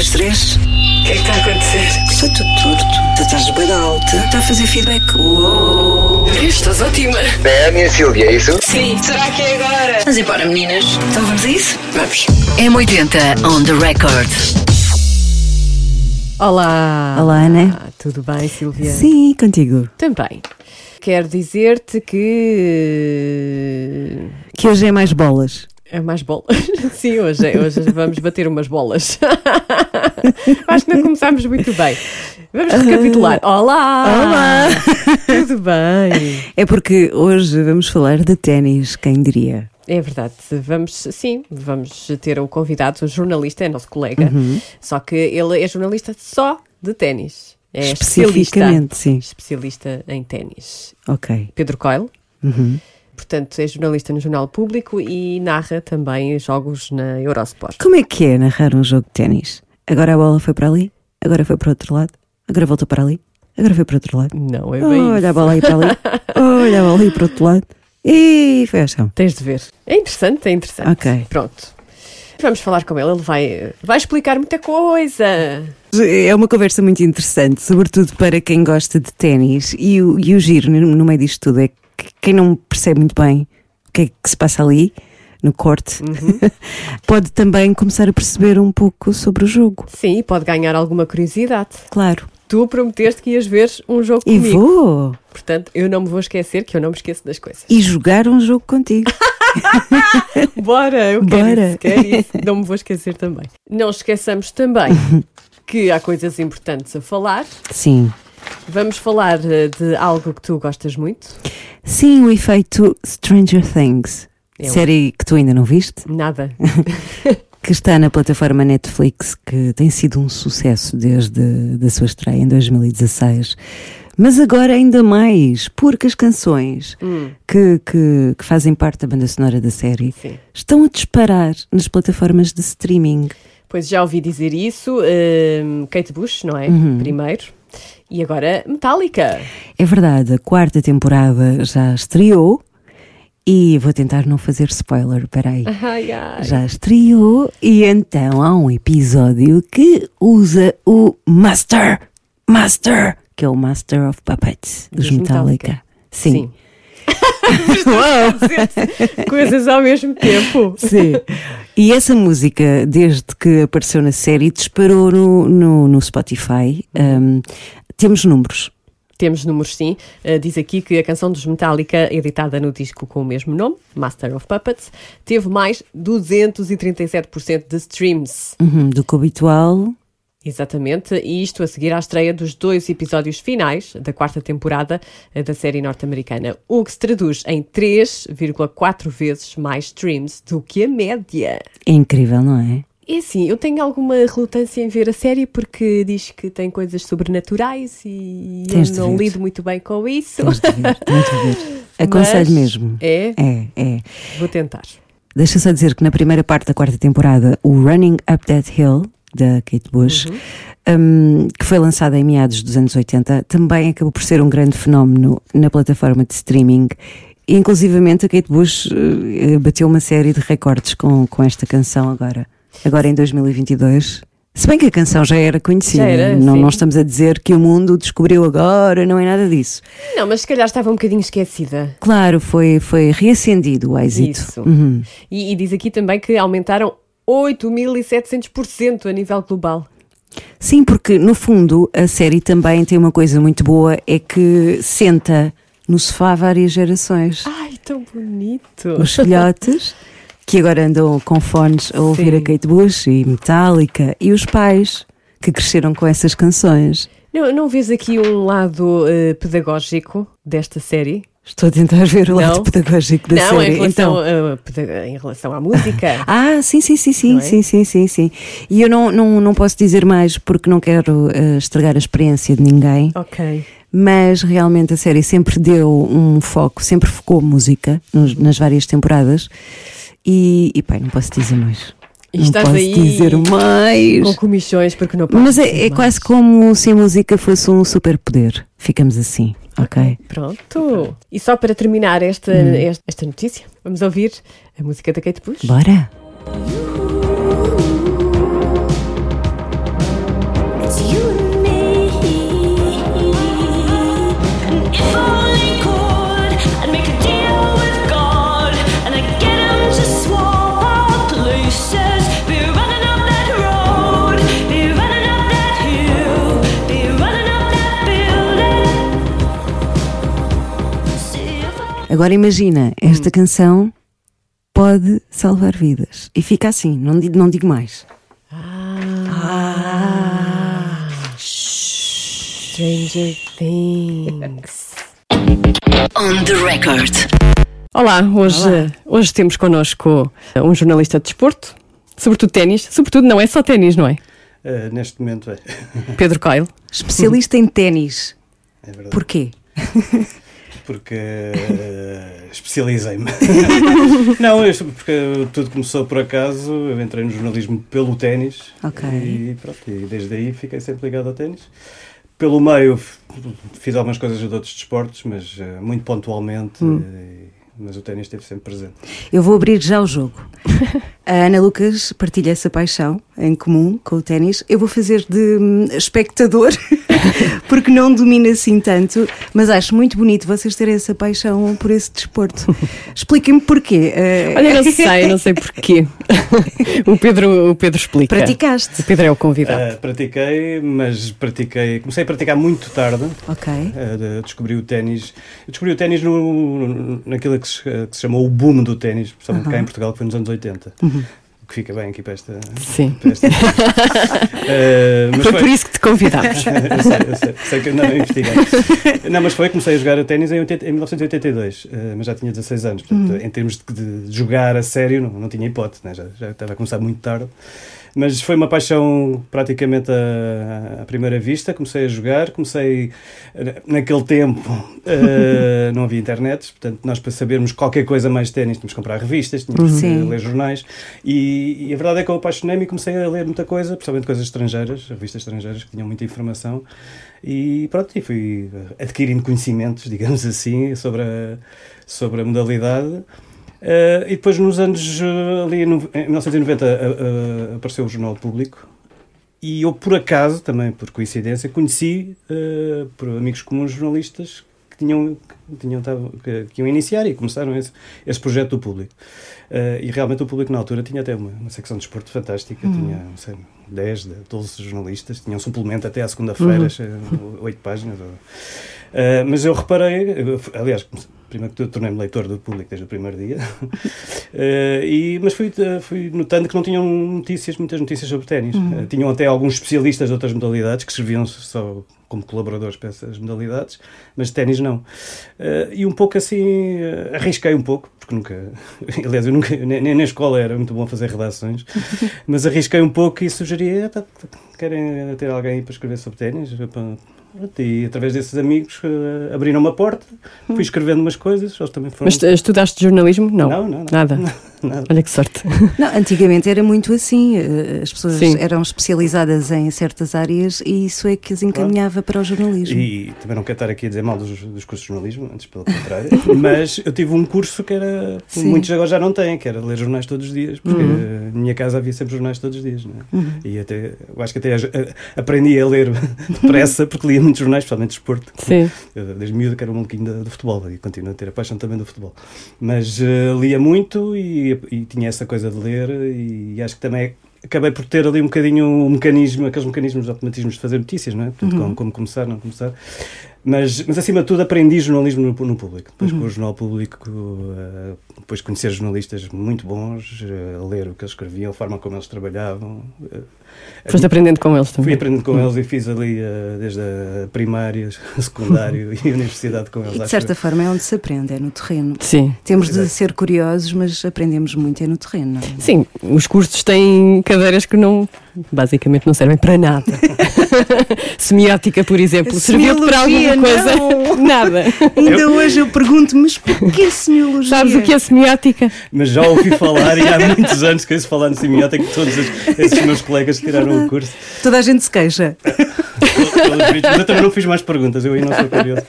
das 3? O que é que está a acontecer? Está tudo torto. Tu estás bem alta. Está a fazer feedback. Uou. Estás ótima. É a minha Silvia, é isso? Sim, será que é agora? Mas e bora, meninas? Então vamos a isso? Vamos. M80 on the record. Olá! Olá, Ana. Tudo bem, Silvia? Sim, contigo. Também. Quero dizer-te que hoje é mais bolas. é mais bolas. Sim, hoje vamos bater umas bolas. Acho que não começámos muito bem. Vamos recapitular. Olá! Olá! Tudo bem? É porque hoje vamos falar de ténis, quem diria? É verdade, vamos ter o convidado, o jornalista, é nosso colega, só que ele é jornalista só de ténis. É Especificamente, sim. Especialista em ténis. Ok. Pedro Coelho, Uhum. portanto é jornalista no Jornal Público e narra também jogos na Eurosport. Como é que é narrar um jogo de ténis? Agora a bola foi para ali, agora foi para o outro lado, agora voltou para ali, agora foi para o outro lado. Não é bem Olha isso. a bola aí para ali, olha a bola aí para o outro lado. E foi ao chão. Tens de ver. É interessante, é interessante. Ok. Pronto. Vamos falar com ele, ele vai explicar muita coisa. É uma conversa muito interessante, sobretudo para quem gosta de ténis. E o giro no meio disto tudo é que quem não percebe muito bem o que é que se passa ali, no corte, pode também começar a perceber um pouco sobre o jogo. Sim, e pode ganhar alguma curiosidade. Claro. Tu prometeste que ias ver um jogo E comigo. vou. Portanto, eu não me vou esquecer, que eu não me esqueço das coisas. E jogar um jogo contigo. Bora, eu Bora. quero isso. Não me vou esquecer também. Não esqueçamos também que há coisas importantes a falar. Sim. Vamos falar de algo que tu gostas muito. Sim, o efeito Stranger Things. É Série que tu ainda não viste, Nada. que está na plataforma Netflix, que tem sido um sucesso desde a sua estreia em 2016. Mas agora ainda mais, porque as canções que fazem parte da banda sonora da série Sim. estão a disparar nas plataformas de streaming. Pois já ouvi dizer isso. Kate Bush, não é? Primeiro. E agora Metallica. É verdade, a 4ª temporada já estreou e vou tentar não fazer spoiler, peraí. Ai, ai. Já estreou e então há um episódio que usa o Master, que é o Master of Puppets dos Metallica. Sim. Coisas ao mesmo tempo. Sim. E essa música, desde que apareceu na série, disparou no Spotify. Temos números. Temos números, sim. Diz aqui que a canção dos Metallica, editada no disco com o mesmo nome, Master of Puppets, teve mais 237% de streams. Do que o habitual. Exatamente, e isto a seguir à estreia dos 2 episódios finais da 4ª temporada da série norte-americana, o que se traduz em 3,4 vezes mais streams do que a média. É incrível, não é? É assim, eu tenho alguma relutância em ver a série porque diz que tem coisas sobrenaturais e Tens eu de não ver. lido muito bem com isso. Tens de ver. Aconselho mesmo. É? É. Vou tentar. Deixa só dizer que na primeira parte da 4ª temporada, o Running Up That Hill, da Kate Bush, que foi lançada em meados dos anos 80, também acabou por ser um grande fenómeno na plataforma de streaming. E, inclusivamente a Kate Bush bateu uma série de recordes com esta canção agora em 2022. Se bem que a canção já era conhecida, Já era, não sim. estamos a dizer que o mundo descobriu agora, não é nada disso. Não, mas se calhar estava um bocadinho esquecida. Claro, foi reacendido o êxito. Isso. E diz aqui também que aumentaram 8.700% a nível global. Sim, porque no fundo a série também tem uma coisa muito boa, é que senta no sofá várias gerações. Ai, tão bonito. Os filhotes, que agora andam com fones a ouvir Sim. a Kate Bush e Metallica, e os pais, que cresceram com essas canções. Não vês aqui um lado pedagógico desta série? Estou a tentar ver o Não? lado pedagógico da Não, série. em relação à música. Sim, Não é? sim. E eu não posso dizer mais porque não quero estragar a experiência de ninguém. Ok. Mas realmente a série sempre deu um foco, sempre focou música nas várias temporadas e pá, não posso dizer mais. E Não estás posso aí dizer mais. com comichões porque não posso Mas dizer é mais. quase como se a música fosse um superpoder. Ficamos assim, ok? Pronto. E só para terminar esta notícia, vamos ouvir a música da Kate Bush. Bora! Agora imagina, esta canção pode salvar vidas. E fica assim, não digo mais. Stranger Things. On the record. Olá, hoje temos connosco um jornalista de desporto, sobretudo ténis, sobretudo não é só ténis, não é? Neste momento é. Pedro Coelho. Especialista em ténis. É verdade. Porquê? Porque especializei-me. Não, porque tudo começou por acaso. Eu entrei no jornalismo pelo ténis. Ok. E pronto, e desde aí fiquei sempre ligado ao ténis. Pelo meio fiz algumas coisas de outros desportos, mas muito pontualmente. Mas o ténis esteve sempre presente. Eu vou abrir já o jogo. A Ana Lucas partilha essa paixão em comum com o ténis. Eu vou fazer de espectador, porque não domino assim tanto, mas acho muito bonito vocês terem essa paixão por esse desporto. Expliquem-me porquê. Olha, não sei porquê. O Pedro explica. Praticaste? O Pedro é o convidado. Pratiquei, comecei a praticar muito tarde. Ok. Descobri o ténis. Eu descobri o ténis naquilo que se chamou o boom do ténis, principalmente cá em Portugal, que foi nos anos 80. O que fica bem aqui para esta... Sim. Para esta... mas foi por isso que te convidámos. eu sei que eu não investiguei. Não, mas comecei a jogar ténis em 1982, mas já tinha 16 anos. Portanto, em termos de jogar a sério, não tinha hipótese, né? Já estava a começar muito tarde. Mas foi uma paixão praticamente à primeira vista. Comecei a jogar, naquele tempo não havia internet, portanto nós para sabermos qualquer coisa mais de ténis tínhamos que comprar revistas, tínhamos que ler jornais e a verdade é que eu apaixonei-me e comecei a ler muita coisa, principalmente coisas estrangeiras, revistas estrangeiras que tinham muita informação e pronto, e fui adquirindo conhecimentos, digamos assim, sobre a modalidade. E depois nos anos ali em 1990 apareceu o Jornal Público e eu por acaso, também por coincidência, conheci por amigos comuns jornalistas que iam iniciar e começaram esse projeto do Público. E realmente o Público na altura tinha até uma secção de desporto fantástica, tinha, não sei, 10, 12 jornalistas, tinha um suplemento até à segunda-feira, 8 páginas. Mas eu reparei, aliás, primeiro que tornei-me leitor do Público desde o primeiro dia, mas fui notando que não tinham muitas notícias sobre ténis. Tinham até alguns especialistas de outras modalidades que serviam só como colaboradores para essas modalidades, mas de ténis não. E um pouco assim, arrisquei um pouco, porque aliás, eu nunca, nem na escola era muito bom fazer redações, mas arrisquei um pouco e sugeri, querem ter alguém para escrever sobre ténis? E através desses amigos abriram uma porta, fui escrevendo umas coisas, eles também foram... Mas estudaste jornalismo? Não. Nada. Nada. Olha que sorte. Não, antigamente era muito assim, as pessoas eram especializadas em certas áreas e isso é que as encaminhava para o jornalismo. E também não quero estar aqui a dizer mal dos cursos de jornalismo, antes pelo contrário, mas eu tive um curso que era, muitos agora já não têm, que era ler jornais todos os dias, porque na minha casa havia sempre jornais todos os dias, não é? E eu acho que até aprendi a ler depressa, porque lia muitos jornais, principalmente de desporto. Sim. Desde miúdo que era um maluquinho do futebol e continuo a ter a paixão também do futebol. Mas lia muito e tinha essa coisa de ler e acho que também acabei por ter ali um bocadinho aqueles mecanismos de automatismos de fazer notícias, não é? Portanto, como começar, não começar. Mas acima de tudo aprendi jornalismo no Público. Depois com o Jornal Público, depois conhecer jornalistas muito bons, ler o que eles escreviam, a forma como eles trabalhavam. Foste aprendendo com eles também? Fui aprendendo com eles e fiz ali desde a primária, secundário e a universidade com eles. E de certa forma é onde se aprende, é no terreno. Sim. Temos de ser curiosos, mas aprendemos muito é no terreno, não é? Sim, os cursos têm cadeiras que basicamente não servem para nada. Semiótica, por exemplo, serviu-te para alguma coisa? Não. Nada. Ainda hoje eu pergunto, mas porquê semiologia? Sabes o que é semiótica? Mas já ouvi falar e há muitos anos que ouço falar de semiótica, todos esses meus colegas que tiraram o curso. Toda a gente se queixa. Mas eu também não fiz mais perguntas, eu aí não sou curioso.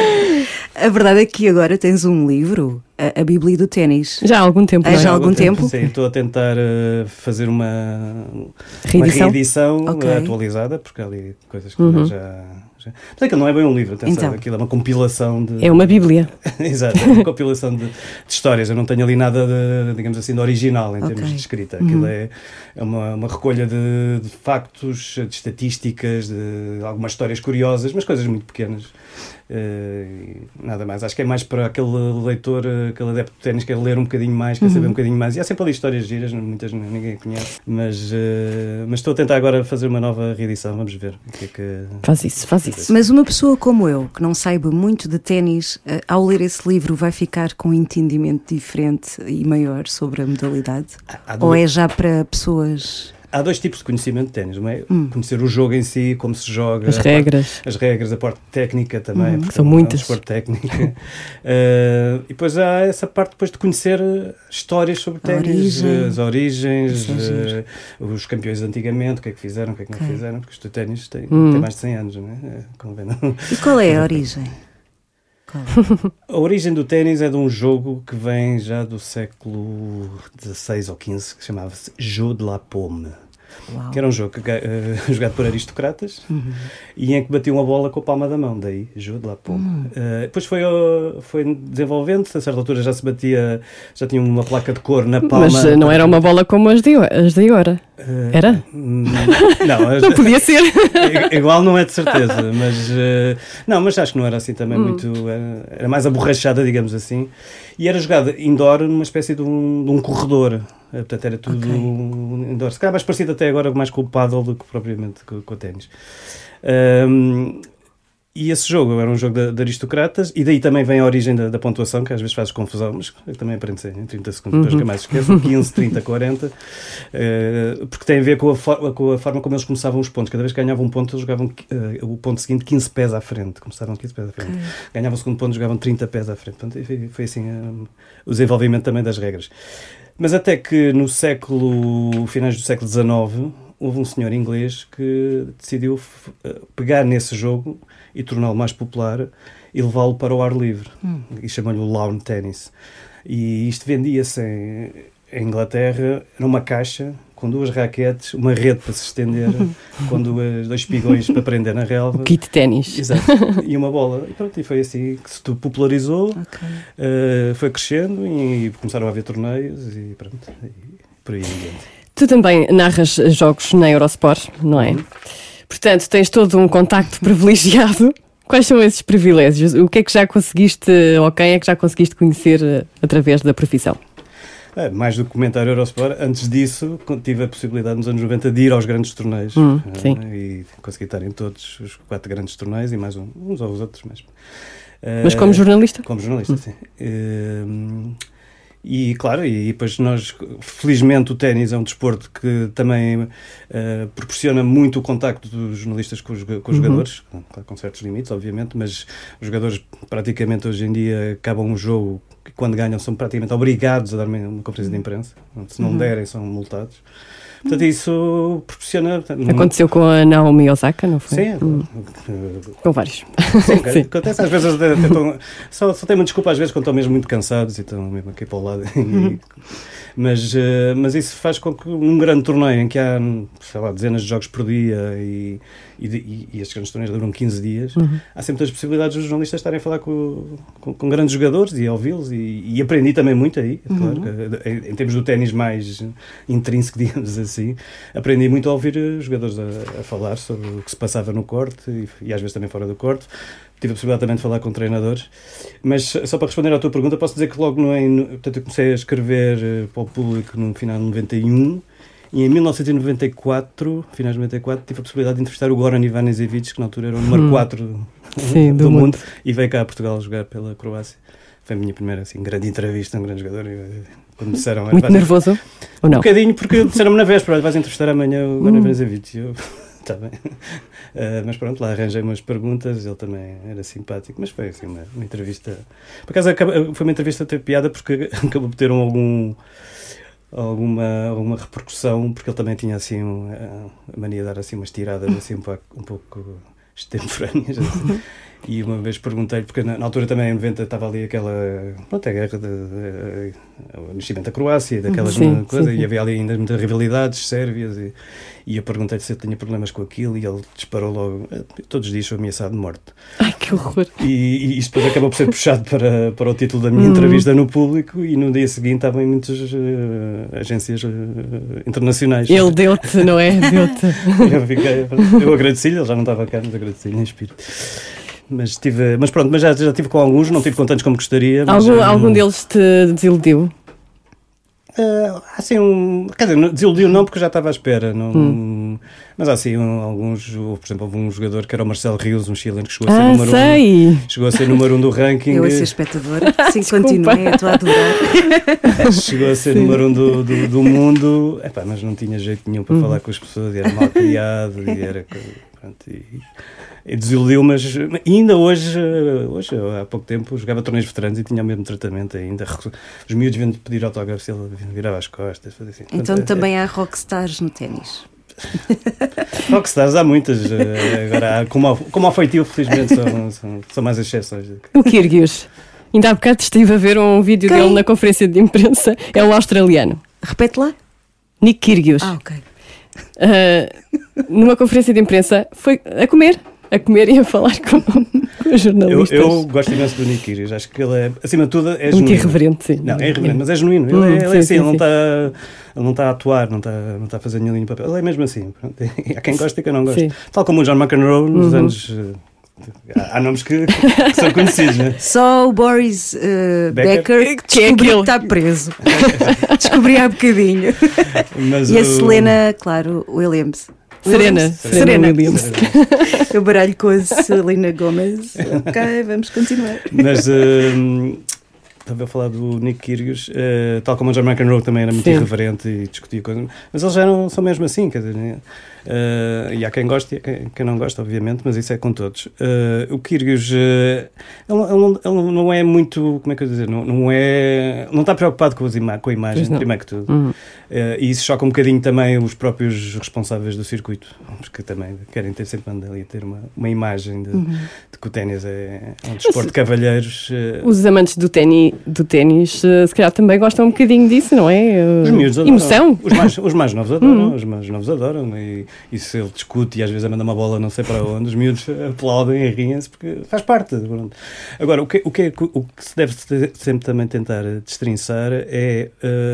A verdade é que agora tens um livro, a Bíblia do Ténis. Já há algum tempo. Já há algum tempo? Sim, estou a tentar fazer uma reedição atualizada, porque há ali coisas que já... Mas aquilo não é bem um livro, atenção, então. Aquilo é uma compilação de... É uma bíblia. Exato, é uma compilação de histórias. Eu não tenho ali nada, digamos assim, de original em termos de escrita. Aquilo é uma recolha de factos, de estatísticas, de algumas histórias curiosas, mas coisas muito pequenas. Nada mais. Acho que é mais para aquele leitor, aquele adepto de ténis que quer ler um bocadinho mais, quer saber um bocadinho mais. E há sempre ali histórias giras, muitas ninguém conhece. Mas estou a tentar agora fazer uma nova reedição. Vamos ver o que é que... Faz isso. Mas uma pessoa como eu, que não saiba muito de ténis, ao ler esse livro vai ficar com um entendimento diferente e maior sobre a modalidade? Ou é já para pessoas... Há dois tipos de conhecimento de ténis, não é? Conhecer o jogo em si, como se joga, as regras, a parte técnica também, porque são muitas. Desporto técnica. E depois há essa parte depois de conhecer histórias sobre ténis, as origens, os campeões de antigamente, o que é que fizeram, o que é que não fizeram, porque o ténis tem mais de 100 anos, não é? E qual é a origem? A origem do ténis é de um jogo que vem já do século XVI ou XV, que chamava-se Jeu de la Paume. Uau. Que era um jogo jogado por aristocratas e em que batiam a bola com a palma da mão, daí Jeu de la Paume. Depois foi desenvolvendo, a certa altura já tinha uma placa de cor na palma. Mas não era uma bola como as de agora? Era? Não podia ser. Igual não é de certeza, mas acho que não era assim também muito, era mais aborrachada, digamos assim, e era jogada indoor numa espécie de um corredor. Portanto, era tudo indoor. Se calhar mais parecido até agora mais com o paddle do que propriamente com o ténis. E esse jogo era um jogo de aristocratas, e daí também vem a origem da pontuação, que às vezes faz confusão, mas também aprende-se em 30 segundos, depois nunca mais esqueço, 15, 30, 40, porque tem a ver com a forma como eles começavam os pontos. Cada vez que ganhavam um ponto, eles jogavam o ponto seguinte 15 pés à frente, começavam 15 pés à frente. Ganhavam o segundo ponto, jogavam 30 pés à frente. Portanto, foi assim o desenvolvimento também das regras. Mas até que finais do século XIX, houve um senhor inglês que decidiu pegar nesse jogo e torná-lo mais popular e levá-lo para o ar livre. E chamou-lhe o lawn tennis. E isto vendia-se em Inglaterra numa caixa com 2 raquetes, uma rede para se estender, com 2 espigões para prender na relva. O kit ténis. Exato. E uma bola. E pronto, e foi assim que se popularizou, foi crescendo e começaram a haver torneios e pronto, e por aí adiante. Tu também narras jogos na Eurosport, não é? Portanto, tens todo um contacto privilegiado. Quais são esses privilégios? O que é que já conseguiste, ou quem é que já conseguiste conhecer através da profissão? Mais do que comentar Eurosport, antes disso tive a possibilidade nos anos 90 de ir aos grandes torneios e consegui estar em todos os 4 grandes torneios e mais uns aos outros mesmo. Mas como jornalista? Como jornalista, sim. E claro, e depois nós, felizmente o ténis é um desporto que também proporciona muito o contacto dos jornalistas com os jogadores, com certos limites, obviamente, mas os jogadores praticamente hoje em dia acabam um jogo que quando ganham são praticamente obrigados a dar uma conferência de imprensa, se não derem são multados. Portanto, isso proporciona... Aconteceu com a Naomi Osaka, não foi? Sim. Com vários. Sim. Acontece às vezes, só tem uma desculpa às vezes quando estão mesmo muito cansados e estão mesmo aqui para o lado. Mas isso faz com que um grande torneio em que há, sei lá, dezenas de jogos por dia e estes grandes torneios duram 15 dias, há sempre as possibilidades dos jornalistas estarem a falar com grandes jogadores e a ouvi-los e aprendi também muito aí, claro, em termos do ténis mais intrínseco, digamos assim, aprendi muito a ouvir jogadores a falar sobre o que se passava no corte e às vezes também fora do corte. Tive a possibilidade também de falar com treinadores, mas só para responder à tua pergunta, posso dizer que logo portanto, eu comecei a escrever para o público no final de 91 e em 1994, finais de 94, tive a possibilidade de entrevistar o Goran Ivanisevic, que na altura era o número 4 do mundo, e veio cá a Portugal jogar pela Croácia. Foi a minha primeira grande entrevista, um grande jogador. Quando me disseram... Muito nervoso? Ou não? Um bocadinho, porque disseram-me na véspera, vais entrevistar amanhã o Goran Ivanisevic. Está bem. Mas pronto, lá arranjei umas perguntas, ele também era simpático, mas foi assim uma entrevista... Por acaso foi uma entrevista a ter piada porque acabou por ter alguma repercussão, porque ele também tinha assim a mania de dar assim umas tiradas assim um pouco extemporâneas assim. E uma vez perguntei-lhe, porque na altura também em 90 estava ali aquela, pronto, a guerra o nascimento da Croácia e daquelas coisas, e havia ali ainda muitas rivalidades sérvias, e eu perguntei-lhe se ele tinha problemas com aquilo, e ele disparou logo, todos os dias sou ameaçado de morte. Ai, que horror! E isto depois acabou por ser puxado para o título da minha entrevista no Público, e no dia seguinte estavam em muitas agências internacionais. Ele deu-te, não é? Deu-te. Eu agradeci-lhe, ele já não estava cá, mas agradeci-lhe em espírito. mas pronto, mas já tive com alguns, não tive com tantos como gostaria. Mas, Algum deles te desiludiu? Assim, quer dizer, desiludiu não, porque já estava à espera. Não, mas há assim, alguns, por exemplo, houve um jogador que era o Marcelo Rios, um chileno, que chegou a ser número 1. Chegou a ser número 1 do ranking. Eu a ser espectadora. Sim, continuem, estou a adorar. Chegou a ser número 1 do mundo, mas não tinha jeito nenhum para falar com as pessoas, e era mal criado, e era. Pronto, e desiludiu, mas ainda hoje, há pouco tempo, jogava torneios veteranos e tinha o mesmo tratamento ainda. Os miúdos vindo pedir autógrafos, ele virava as costas. Assim. Então também há rockstars no ténis. Rockstars há muitas, agora como ao feitio, felizmente são mais exceções. O Kyrgios, ainda há bocado estive a ver um vídeo dele na conferência de imprensa, é o australiano. Repete lá. Nick Kyrgios. Ok. Numa conferência de imprensa foi a comer e a falar com os jornalistas. Eu gosto imenso do Nick Kyrgios, acho que ele é, acima de tudo, é muito irreverente, sim. Não, é irreverente, mas é genuíno. Ele é assim, ele não está a atuar, não está a fazer nenhum papel. Ele é mesmo assim. Pronto. Há quem gosta e quem não gosta. Sim. Tal como o John McEnroe nos anos... Há nomes que são conhecidos, né? Só o Boris Becker que é descobri que está preso. Descobri há bocadinho. E a Serena, claro, Williams. Serena Williams. Eu baralho com a Selena Gomez. Ok, vamos continuar. Mas estava a falar do Nick Kyrgios, tal como o John McEnroe também era muito irreverente e discutia coisas, mas eles já não são mesmo assim, quer dizer, e há quem goste e há quem não gosta, obviamente, mas isso é com todos. O Kyrgios, ele não é muito, como é que eu dizer, não está preocupado com a imagem, primeiro que tudo. E isso choca um bocadinho também os próprios responsáveis do circuito, porque também querem ter sempre ali a ter uma imagem de que o ténis é um desporto de cavalheiros. Os amantes do ténis, se calhar também gostam um bocadinho disso, não é? Os miúdos adoram. Emoção. Os mais novos adoram, os mais novos adoram, e se ele discute e às vezes manda uma bola não sei para onde, os miúdos aplaudem e riem-se porque faz parte. Pronto. Agora, o que se deve sempre também tentar destrinçar é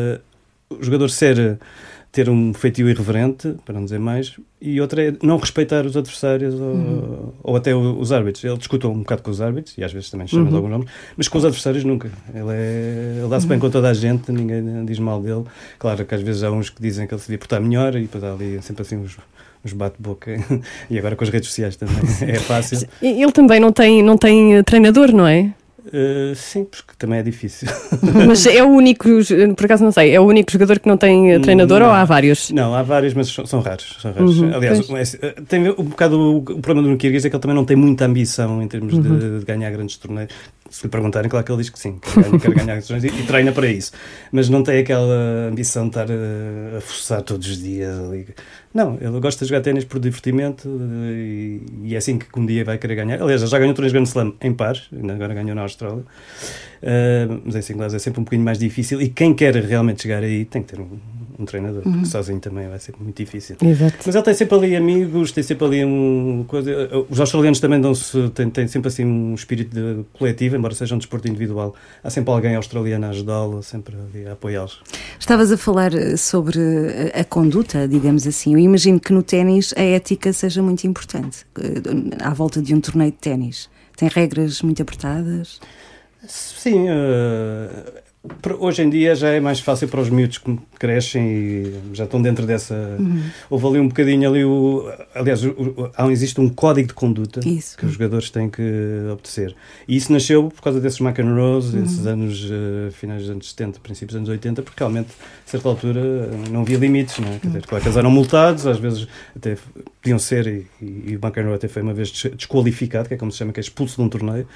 o jogador ter um feitio irreverente, para não dizer mais, e outra é não respeitar os adversários ou até os árbitros. Ele discute um bocado com os árbitros, e às vezes também chama de alguns nomes, mas com os adversários nunca. Ele dá-se bem com toda a gente, ninguém diz mal dele. Claro que às vezes há uns que dizem que ele se devia portar melhor, e depois há ali sempre assim uns bate-boca, e agora com as redes sociais também é fácil. Ele também não tem treinador, não é? Sim, porque também é difícil. Mas é o único, por acaso não sei, é o único jogador que não tem treinador ou há vários? Não, há vários, mas são raros. Aliás, tem um bocado o problema do Kyrgios é que ele também não tem muita ambição em termos de ganhar grandes torneios. Se lhe perguntarem, claro que ele diz que sim, quer ganhar grandes torneios e treina para isso. Mas não tem aquela ambição de estar a forçar todos os dias ali. Não, ele gosta de jogar ténis por divertimento e é assim que um dia vai querer ganhar. Aliás, já ganhou torneios Grand Slam em pares, agora ganhou na Austrália. Mas em singles é sempre um bocadinho mais difícil e quem quer realmente chegar aí tem que ter um treinador, porque sozinho também vai ser muito difícil. Exato. Mas ele tem sempre ali amigos, tem sempre ali os australianos também têm sempre assim um espírito coletivo, embora seja um desporto individual. Há sempre alguém australiano a ajudá-lo, sempre ali a apoiá-los. Estavas a falar sobre a conduta, digamos assim. Eu imagino que no ténis a ética seja muito importante, à volta de um torneio de ténis. Tem regras muito apertadas? Sim, hoje em dia já é mais fácil para os miúdos que crescem e já estão dentro dessa... Houve ali um bocadinho aliás, existe um código de conduta que os jogadores têm que obedecer. E isso nasceu por causa desses McEnroes, esses anos, finais dos anos 70, princípios dos anos 80, porque realmente, a certa altura, não havia limites, não é? Quer dizer, claro que eles eram multados, às vezes até podiam ser, e o McEnroe até foi uma vez desqualificado, que é como se chama, que é expulso de um torneio.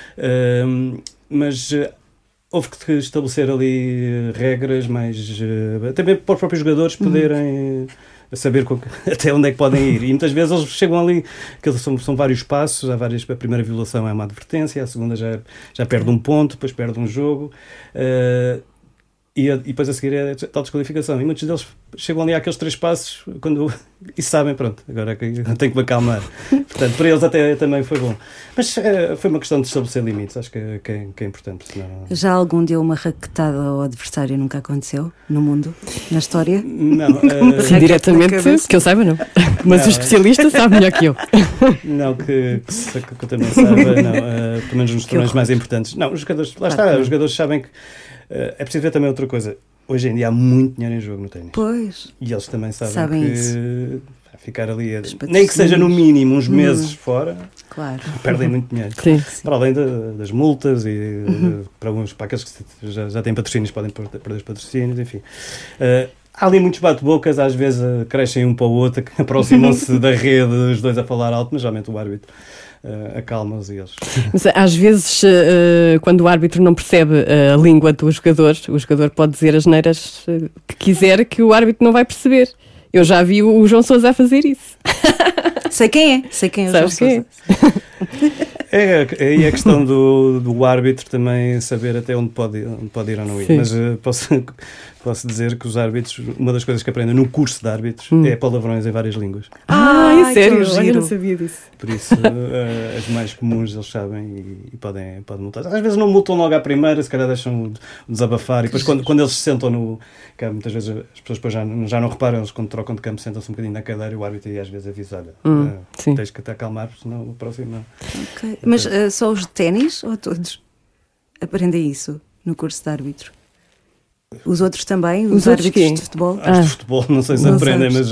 Mas houve que estabelecer ali regras mais... também para os próprios jogadores poderem saber até onde é que podem ir. E muitas vezes eles chegam ali, que são vários passos, a primeira violação é uma advertência, a segunda já perde um ponto, depois perde um jogo. e depois a seguir é a tal desqualificação. E muitos deles chegam ali àqueles 3 passos e sabem, pronto, agora tenho que me acalmar. Portanto, para eles até também foi bom. Mas foi uma questão de estabelecer limites, acho que é importante. Senão... Já algum deu uma raquetada ao adversário? Nunca aconteceu no mundo, na história? Não. Diretamente, que eu saiba, não. Mas o especialista sabe melhor que eu. Não, que eu também saiba, não. Pelo menos nos torneios mais importantes. Não, os jogadores, lá está, os jogadores sabem que é preciso ver também outra coisa. Hoje em dia há muito dinheiro em jogo no ténis. Pois. E eles também sabem que isso. Ficar ali, nem que seja no mínimo uns meses fora, claro. Perdem muito dinheiro. Sim. Para além das multas e para aqueles que já têm patrocínios podem perder os patrocínios, enfim. Há ali muitos bate-bocas, às vezes crescem um para o outro, que aproximam-se da rede, os dois a falar alto, mas geralmente o árbitro acalma-os e eles. Mas, às vezes, quando o árbitro não percebe a língua do jogador, o jogador pode dizer as neiras que quiser, que o árbitro não vai perceber. Eu já vi o João Sousa a fazer isso. Sei quem é o João Sousa. É a questão do árbitro também saber até onde pode ir ou não ir. Sim. Mas posso dizer que os árbitros, uma das coisas que aprendem no curso de árbitros é palavrões em várias línguas. É sério? Eu não sabia disso. Por isso, as mais comuns eles sabem e podem multar. Às vezes não multam logo à primeira, se calhar deixam desabafar. E depois quando eles se sentam no campo, muitas vezes as pessoas depois já não reparam, eles quando trocam de campo sentam-se um bocadinho na cadeira e o árbitro aí às vezes avisa, tens que te acalmar, senão o próximo não. Okay. Mas só os de ténis ou todos aprendem isso no curso de árbitro? Os outros também? Os árbitros de futebol? Os de futebol não sei se não aprendem, mas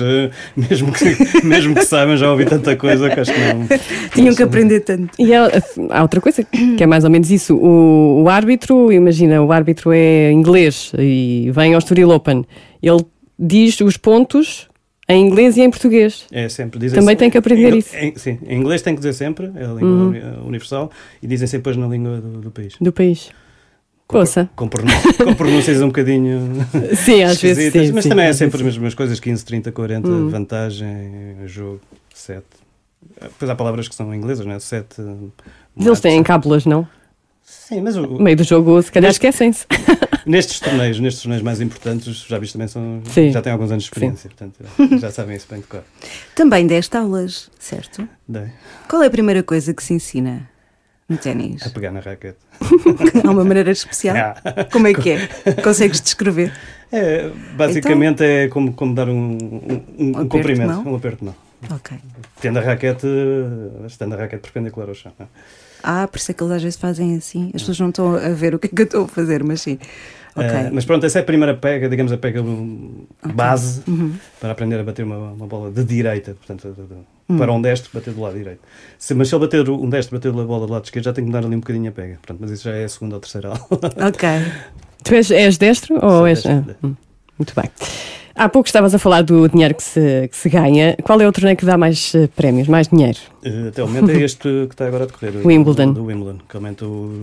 mesmo que saibam, já ouvi tanta coisa que acho que não. Tinham que aprender tanto. E há outra coisa que é mais ou menos isso. O árbitro, imagina, o árbitro é inglês e vem ao Estoril Open. Ele diz os pontos em inglês e em português. É sempre. Também tem que aprender isso. Sim, em inglês tem que dizer sempre, é a língua universal, e dizem sempre depois na língua do país. Do país. Poça. Com pronúncias um bocadinho sim, às vezes sim, mas sim, também é sempre as mesmas coisas, 15, 30, 40, vantagem, jogo, 7. Depois há palavras que são inglesas, não é? 7. Eles têm cábulas, não? Sim, mas no meio do jogo, se calhar esquecem-se. Nestes torneios mais importantes, já vistos também já têm alguns anos de experiência, portanto já sabem isso bem de cor. Também deste aulas, certo? Dei. Qual é a primeira coisa que se ensina no ténis? A pegar na raquete. Há uma maneira especial? Como é que é? Consegues descrever? Basicamente então, é como dar um comprimento, um aperto de mão. Ok. Tendo a raquete perpendicular ao chão. Por isso é que eles às vezes fazem assim. As pessoas não estão a ver o que é que eu estou a fazer, mas sim. Okay. Mas pronto, essa é a primeira pega, digamos a pega base para aprender a bater uma bola de direita, portanto para um destro bater do lado direito. Mas se ele bater um destro, bater a bola do lado esquerdo, já tem que mudar ali um bocadinho a pega. Pronto, mas isso já é a segunda ou terceira aula. Ok. Tu és destro ou és... Muito bem. Há pouco estavas a falar do dinheiro que se ganha. Qual é o torneio que dá mais prémios, mais dinheiro? Até o momento é este que está agora a decorrer. O Wimbledon. Do Wimbledon, que aumenta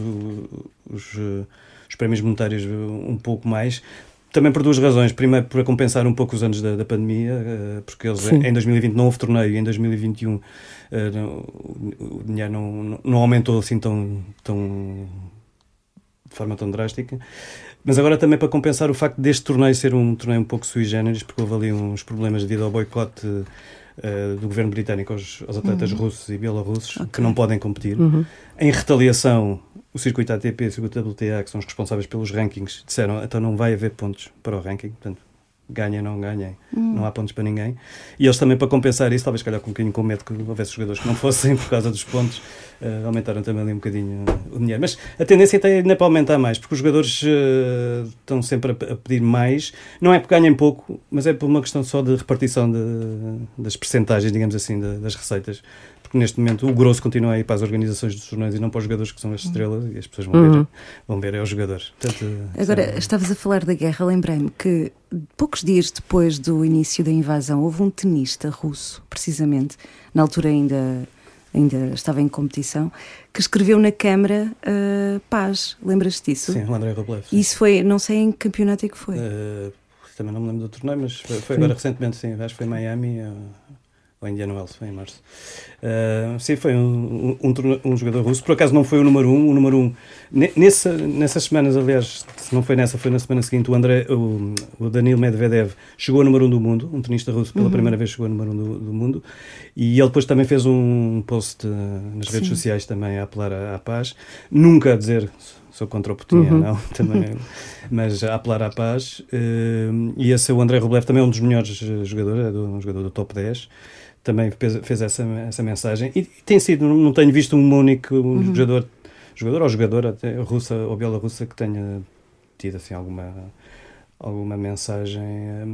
os prémios monetários um pouco mais. Também por duas razões. Primeiro, para compensar um pouco os anos da pandemia, porque eles em 2020 não houve torneio e em 2021 o dinheiro não aumentou assim de forma tão drástica. Mas agora também para compensar o facto deste torneio ser um torneio um pouco sui generis, porque houve ali uns problemas devido ao boicote do governo britânico aos atletas russos e bielorrussos, que não podem competir. Em retaliação, o circuito ATP e o circuito WTA, que são os responsáveis pelos rankings, disseram então não vai haver pontos para o ranking, portanto ganhem, não ganhem, não há pontos para ninguém. E eles também, para compensar isso, talvez calhar com um bocadinho com medo que houvesse jogadores que não fossem por causa dos pontos, aumentaram também ali um bocadinho o dinheiro. Mas a tendência até ainda é para aumentar mais, porque os jogadores estão sempre a pedir mais. Não é porque ganhem pouco, mas é por uma questão só de repartição das percentagens, digamos assim, das receitas. Porque neste momento o grosso continua a ir para as organizações dos torneios e não para os jogadores que são as estrelas, e as pessoas vão ver os jogadores. Portanto, agora, estavas a falar da guerra, lembrei-me que poucos dias depois do início da invasão houve um tenista russo, precisamente, na altura ainda estava em competição, que escreveu na Câmara paz. Lembras-te disso? Sim, o Andrei Rublev. Isso foi, não sei em que campeonato é que foi. Também não me lembro do torneio, mas foi agora recentemente, sim. Acho que foi em Miami ou Indiana Wells, foi em março. Sim, foi um jogador russo. Por acaso não foi o número 1. O número 1, nessas semanas, aliás, se não foi nessa, foi na semana seguinte, o Danil Medvedev chegou a número 1 do mundo, um tenista russo, pela primeira vez chegou a número 1 do mundo, e ele depois também fez um post nas redes sociais também a apelar à paz, nunca a dizer sou contra o Putin, não, também, mas a apelar à paz, e esse o Andrei Rublev também é um dos melhores jogadores, um jogador do top 10, também fez essa mensagem, e tem sido, não tenho visto um único jogador ou jogadora até russa ou bielorrussa que tenha tido assim alguma mensagem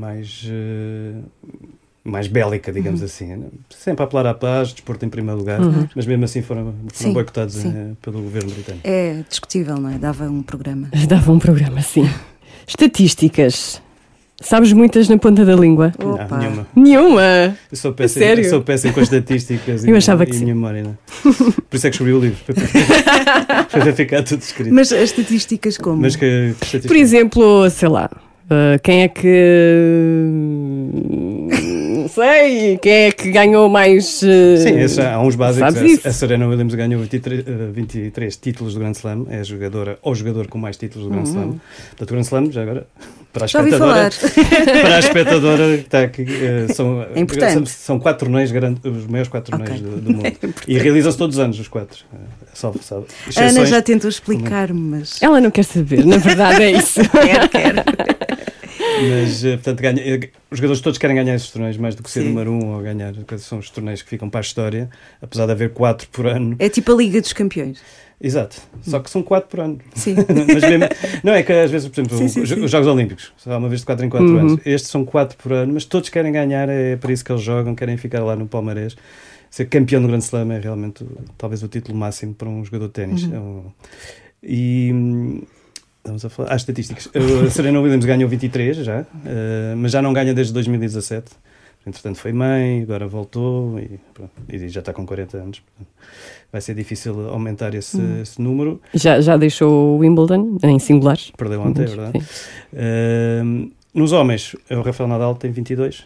mais bélica, digamos assim. Sempre a apelar à paz, desporto em primeiro lugar, mas mesmo assim foram boicotados pelo governo britânico. É discutível, não é? Dava um programa. Dava um programa, sim. Estatísticas. Sabes muitas na ponta da língua? Opa. Não, nenhuma. Nenhuma? Eu sou Sério? péssimo com estatísticas Eu achava que e sim. minha memória, não. Por isso é que escrevi o livro. Para ficar tudo escrito. Mas as estatísticas como? Mas que estatísticas? Por exemplo, sei lá, quem é que... Não sei, quem é que ganhou mais... Sim, há uns básicos. Sabes isso? A Serena Williams ganhou 23 títulos do Grand Slam, é a jogadora ou jogador com mais títulos do Grand Slam. Portanto, o Grand Slam, já agora, para a Já ouvi espectadora, falar. para a espectadadora que está aqui, É importante. são 4 torneios, os maiores 4 torneios Ok. do mundo. E realizam-se todos os anos, os 4. Só A Ana já tentou explicar-me, mas... Ela não quer saber, na verdade é isso. Quero. Mas, portanto, os jogadores todos querem ganhar esses torneios, mais do que ser Sim. número 1 ou ganhar. São os torneios que ficam para a história, apesar de haver 4 por ano. É tipo a Liga dos Campeões. Exato, só que são 4 por ano. Sim. Mas mesmo, não é que às vezes, por exemplo, Sim. os Jogos Olímpicos, só uma vez de 4 em 4 anos. Estes são 4 por ano, mas todos querem ganhar, é para isso que eles jogam, querem ficar lá no palmarés. Ser campeão do Grand Slam é realmente talvez o título máximo para um jogador de ténis. E vamos a falar. Estatísticas. A Serena Williams ganhou 23 já, mas já não ganha desde 2017. Entretanto foi mãe, agora voltou e já está com 40 anos. Portanto, vai ser difícil aumentar esse número. Já deixou o Wimbledon em singulares? Perdeu ontem, é verdade. Nos homens, o Rafael Nadal tem 22.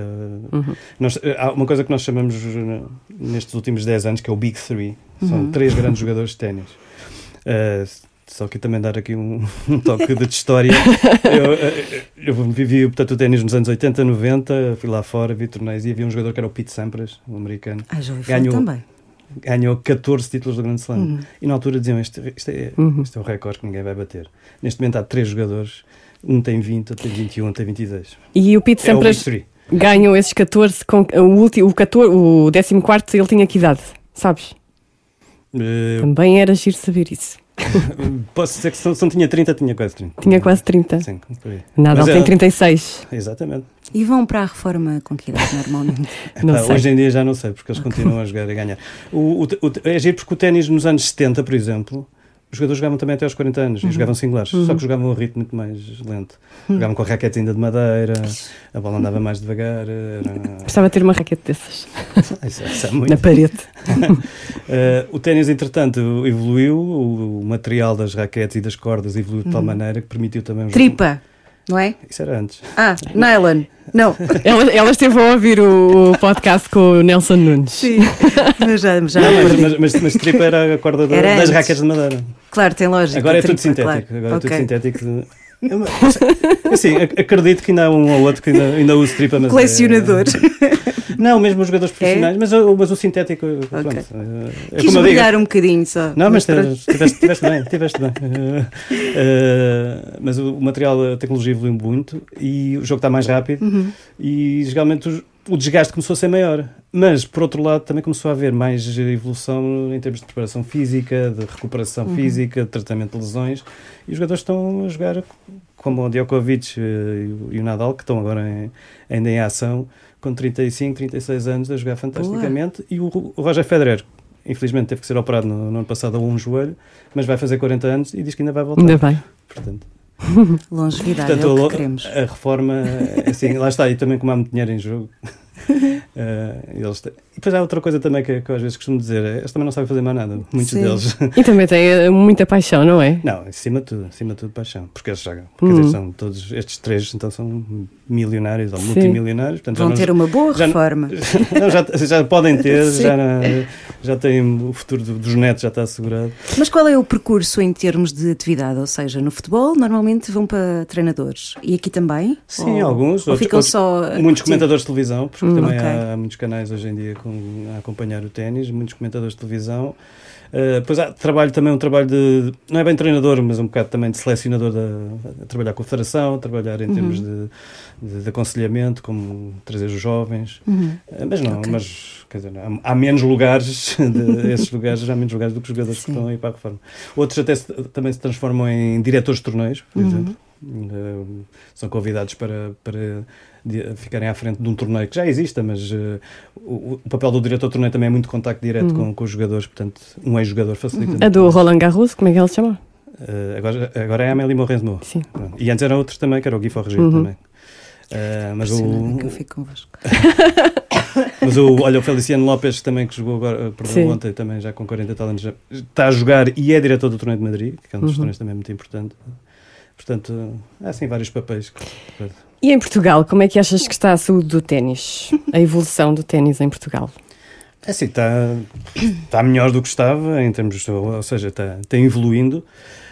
Há uma coisa que nós chamamos nestes últimos 10 anos que é o Big Three. São 3 grandes jogadores de ténis. Só que também dar aqui um toque de história. Eu vivi, portanto, o ténis nos anos 80, 90, fui lá fora, vi torneios e havia um jogador que era o Pete Sampras, um americano. Já ouvi falar também. Ganhou 14 títulos do Grand Slam. E na altura diziam, isto é o recorde que ninguém vai bater. Neste momento há 3 jogadores, um tem 20, outro tem 21, outro tem 22. E o Pete Sampras ganhou esses 14, com o 14º ele tinha que idade, sabes? Também era giro saber isso. Posso dizer que se não tinha 30, tinha quase 30. Tinha quase 30. Sim, por aí. Nadal tem 36. Exatamente. E vão para a reforma com que idade normalmente? Não sei. Hoje em dia já não sei, porque eles continuam a jogar e a ganhar. É giro porque o ténis nos anos 70, por exemplo, os jogadores jogavam também até aos 40 anos e jogavam singulares, só que jogavam a um ritmo muito mais lento. Jogavam com a raquete ainda de madeira, a bola andava mais devagar. Gostava de ter uma raquete dessas Isso é muito. na parede. O ténis, entretanto, evoluiu, o material das raquetes e das cordas evoluiu de tal maneira que permitiu também... Tripa, não é? Isso era antes. Nylon. Não. Ela esteve a ouvir o podcast com o Nelson Nunes. Sim. Mas já Não, mas tripa era a corda Era das antes. raquetes de madeira. Claro, tem lógica. Agora é tudo tripa, sintético. claro. Agora é tudo Ok. sintético. Assim, acredito que ainda há um ou outro que ainda usa tripa, mas Colecionador. não, mesmo os jogadores profissionais, mas o sintético, pronto. Quis como eu digo. brilhar um bocadinho só. Não, mas pronto. estiveste bem. Mas o material, a tecnologia evoluiu muito e o jogo está mais rápido e geralmente o desgaste começou a ser maior. Mas, por outro lado, também começou a haver mais evolução em termos de preparação física, de recuperação física, de tratamento de lesões. E os jogadores estão a jogar como o Djokovic e o Nadal, que estão agora ainda em ação, com 35, 36 anos, a jogar fantasticamente. E o Roger Federer, infelizmente, teve que ser operado no ano passado a um joelho, mas vai fazer 40 anos e diz que ainda vai voltar. Ainda bem. Portanto, Longevidade é o que queremos. a reforma, assim, lá está, e também como há muito dinheiro em jogo, E depois há outra coisa também que eu às vezes costumo dizer, eles também não sabem fazer mais nada, muitos Sim. deles. E também tem muita paixão, não é? Não, acima de tudo paixão, porque eles jogam. Quer dizer, são todos, estes três então são milionários ou multimilionários. Portanto, Vão ter uma boa reforma. Já podem ter, já têm o futuro dos netos já está assegurado. Mas qual é o percurso em termos de atividade? Ou seja, no futebol normalmente vão para treinadores. E aqui também? Sim, alguns. Ou ficam só muitos comentadores de televisão, porque também ok. há muitos canais hoje em dia a acompanhar o ténis, muitos comentadores de televisão. Depois há um trabalho de, não é bem treinador, mas um bocado também de selecionador, a trabalhar com a federação, a trabalhar em termos de aconselhamento, como trazer os jovens. Mas não, Ok. mas quer dizer, há menos lugares, esses lugares, há menos lugares do que os jogadores que estão aí para a reforma. Outros até também se transformam em diretores de torneios, por exemplo. São convidados para ficarem à frente de um torneio que já exista, mas o papel do diretor de torneio também é muito contacto direto com os jogadores, portanto um ex-jogador facilita. A do Roland Garros, como é que ele se chama? Agora é a Amélie Mauresmo. Sim. E antes eram outros também, que era o Gui Forregir também. Mas que eu fico convosco. olha, o Feliciano Lopes também, que jogou agora, perdeu ontem, também já com 40 e tal anos, já está a jogar e é diretor do torneio de Madrid, que é um dos torneios também muito importante. Portanto, há assim vários papéis. E em Portugal, como é que achas que está a saúde do ténis? A evolução do ténis em Portugal? É assim, está melhor do que estava, em termos, ou seja, tem evoluindo.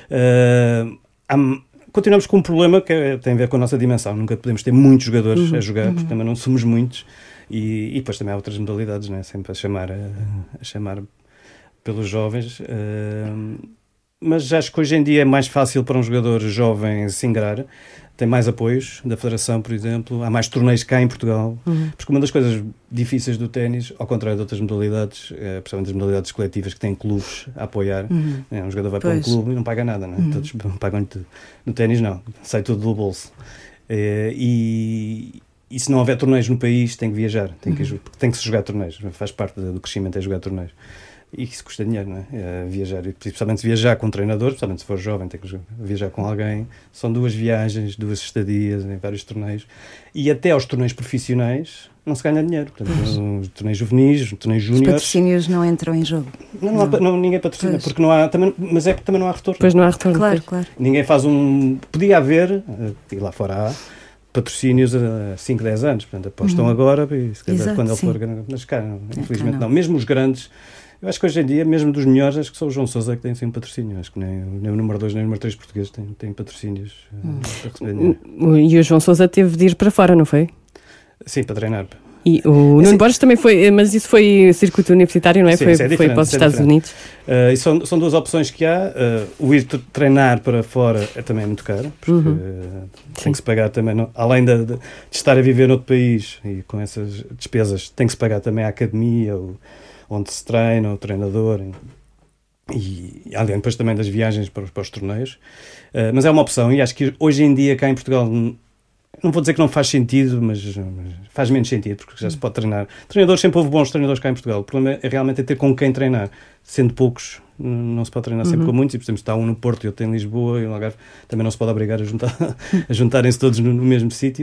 Continuamos com um problema que tem a ver com a nossa dimensão. Nunca podemos ter muitos jogadores a jogar, porque também não somos muitos. E depois também há outras modalidades, não é? Sempre a chamar pelos jovens. Mas acho que hoje em dia é mais fácil para um jogador jovem se ingrar. Tem mais apoios da Federação, por exemplo. Há mais torneios cá em Portugal. Porque uma das coisas difíceis do ténis, ao contrário de outras modalidades, principalmente as modalidades coletivas que têm clubes a apoiar, um jogador vai para um clube e não paga nada, não é? Todos pagam-lhe tudo. No ténis não, sai tudo do bolso. E se não houver torneios no país, tem que viajar, tem que se jogar torneios. Faz parte do crescimento é jogar torneios. E isso custa dinheiro, não é? Viajar, e principalmente viajar com um treinador, principalmente se for jovem, tem que viajar com alguém. São 2 viagens, 2 estadias em vários torneios. E até aos torneios profissionais não se ganha dinheiro. Portanto, os torneios juvenis, os torneios Os júniores. patrocínios não entram em jogo. Ninguém patrocina, porque não há, mas é que também não há retorno. Depois não há retorno. Claro. Ninguém faz podia haver, e lá fora há, patrocínios a 5, 10 anos. Portanto, apostam agora, e se calhar quando ele for. Mas cá, infelizmente não. Mesmo os grandes. Eu acho que hoje em dia, mesmo dos melhores, acho que só o João Sousa que tem sempre patrocínio. Acho que nem o número 2 nem o número 3 português tem patrocínios para receber dinheiro. E o João Sousa teve de ir para fora, não foi? Sim, para treinar. E o Nuno Borges também foi, mas isso foi circuito universitário, não é? Sim, Foi para os Estados Unidos. E são 2 opções que há. O ir treinar para fora também é muito caro, porque tem que se pagar também, além de estar a viver noutro país e com essas despesas, tem que se pagar também a academia, onde se treina, o treinador, e além depois também das viagens para os torneios. Mas é uma opção, e acho que hoje em dia cá em Portugal, não vou dizer que não faz sentido, mas faz menos sentido, porque já se pode treinar. Treinadores, sempre houve bons treinadores cá em Portugal. O problema é realmente ter com quem treinar. Sendo poucos, não se pode treinar sempre com muitos, e por exemplo, está um no Porto e outro em Lisboa, e no Algarve, também não se pode obrigar a juntarem-se todos no mesmo sítio.